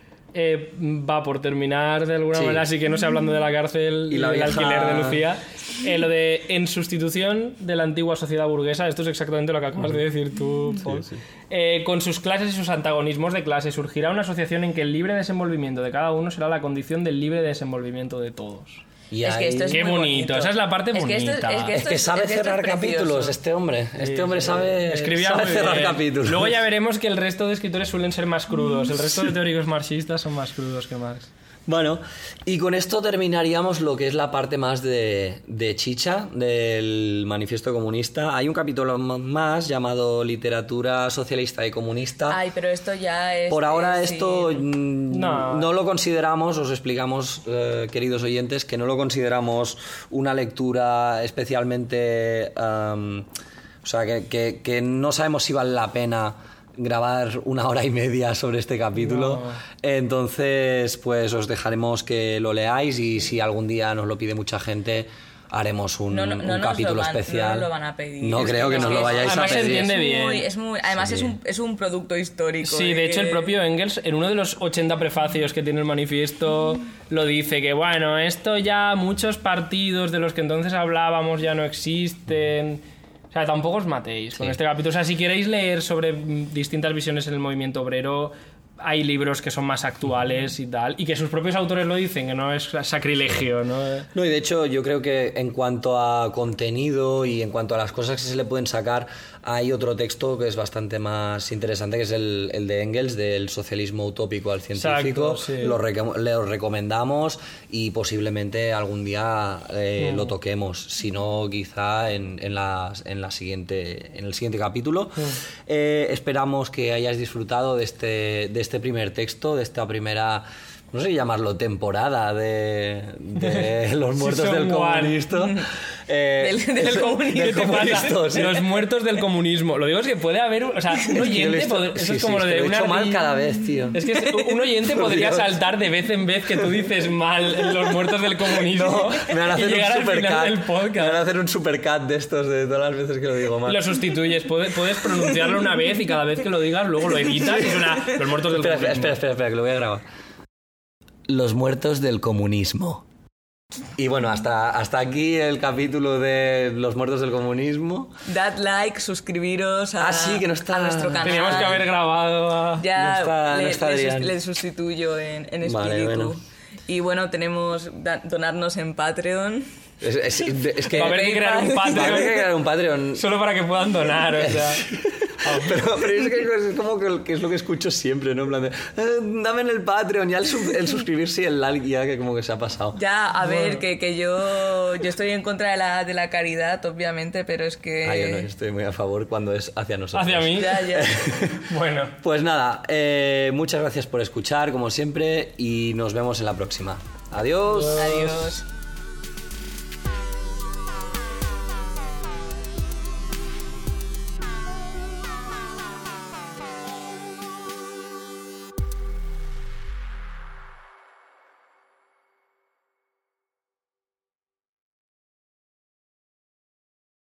va por terminar de alguna manera, así que no sé, hablando de la cárcel y del alquiler de Lucía, lo de en sustitución de la antigua sociedad burguesa, esto es exactamente lo que acabas de decir tú, Paul. Sí. Con sus clases y sus antagonismos de clase surgirá una asociación en que el libre desenvolvimiento de cada uno será la condición del libre desenvolvimiento de todos. Y es que esto es qué muy bonito, esa es la parte bonita. Es que sabe cerrar capítulos este hombre. Este hombre sabe cerrar capítulos. Luego ya veremos que el resto de escritores suelen ser más crudos. El resto de teóricos marxistas son más crudos que Marx. Bueno, y con esto terminaríamos lo que es la parte más de chicha del Manifiesto Comunista. Hay un capítulo más llamado Literatura Socialista y Comunista. Ay, pero esto ya es... Por ahora esto no lo consideramos, os explicamos, queridos oyentes, que no lo consideramos una lectura especialmente... o sea, que no sabemos si vale la pena grabar 1 hora y media sobre este capítulo. Entonces pues os dejaremos que lo leáis y si algún día nos lo pide mucha gente haremos un capítulo especial. No lo van a pedir. No creo que nos lo vayáis a pedir. Se entiende bien. Además es un producto histórico. Sí, de hecho el propio Engels en uno de los 80 prefacios que tiene el manifiesto lo dice, que bueno, esto ya muchos partidos de los que entonces hablábamos ya no existen. O sea, tampoco os matéis con este capítulo. O sea, si queréis leer sobre distintas visiones en el movimiento obrero, hay libros que son más actuales y tal, y que sus propios autores lo dicen, que no es sacrilegio, ¿no? No, y de hecho yo creo que en cuanto a contenido y en cuanto a las cosas que se le pueden sacar, hay otro texto que es bastante más interesante, que es el de Engels, del socialismo utópico al científico. Exacto, sí. Lo recomendamos y posiblemente algún día lo toquemos, si no quizá en el siguiente capítulo. Esperamos que hayáis disfrutado de este primer texto, de esta primera, no sé llamarlo, temporada de Los Muertos del Comunismo. Del comunismo. Sí. Los Muertos del Comunismo. Lo digo es que puede haber, o sea, un oyente eso es como lo de lo he hecho mal cada vez, tío. Es que un oyente podría saltar de vez en vez que tú dices mal Los Muertos del Comunismo. Me van a hacer un supercut. Me van a hacer un supercut de estos de todas las veces que lo digo mal. Lo sustituyes, puedes pronunciarlo una vez y cada vez que lo digas luego lo editas y suena Los Muertos del Comunismo. Espera, que lo voy a grabar. Los Muertos del Comunismo. Y bueno, hasta aquí el capítulo de Los Muertos del Comunismo. Dad like, suscribiros a nuestro canal. Teníamos que haber grabado. Ya no está le sustituyo en espíritu. Vale, bueno. Y bueno, tenemos donarnos en Patreon. Es que va a haber que crear un Patreon. Va a haber que crear un Patreon. Solo para que puedan donar, o sea. Pero es que es como que es lo que escucho siempre, ¿no? En plan de, dame en el Patreon, ya el suscribirse y el like ya que como que se ha pasado. Ya, a ver, que yo estoy en contra de la caridad, obviamente, pero es que... yo no estoy muy a favor cuando es hacia nosotros. ¿Hacia mí? Ya. Bueno. Pues nada, muchas gracias por escuchar, como siempre, y nos vemos en la próxima. Adiós. Adiós.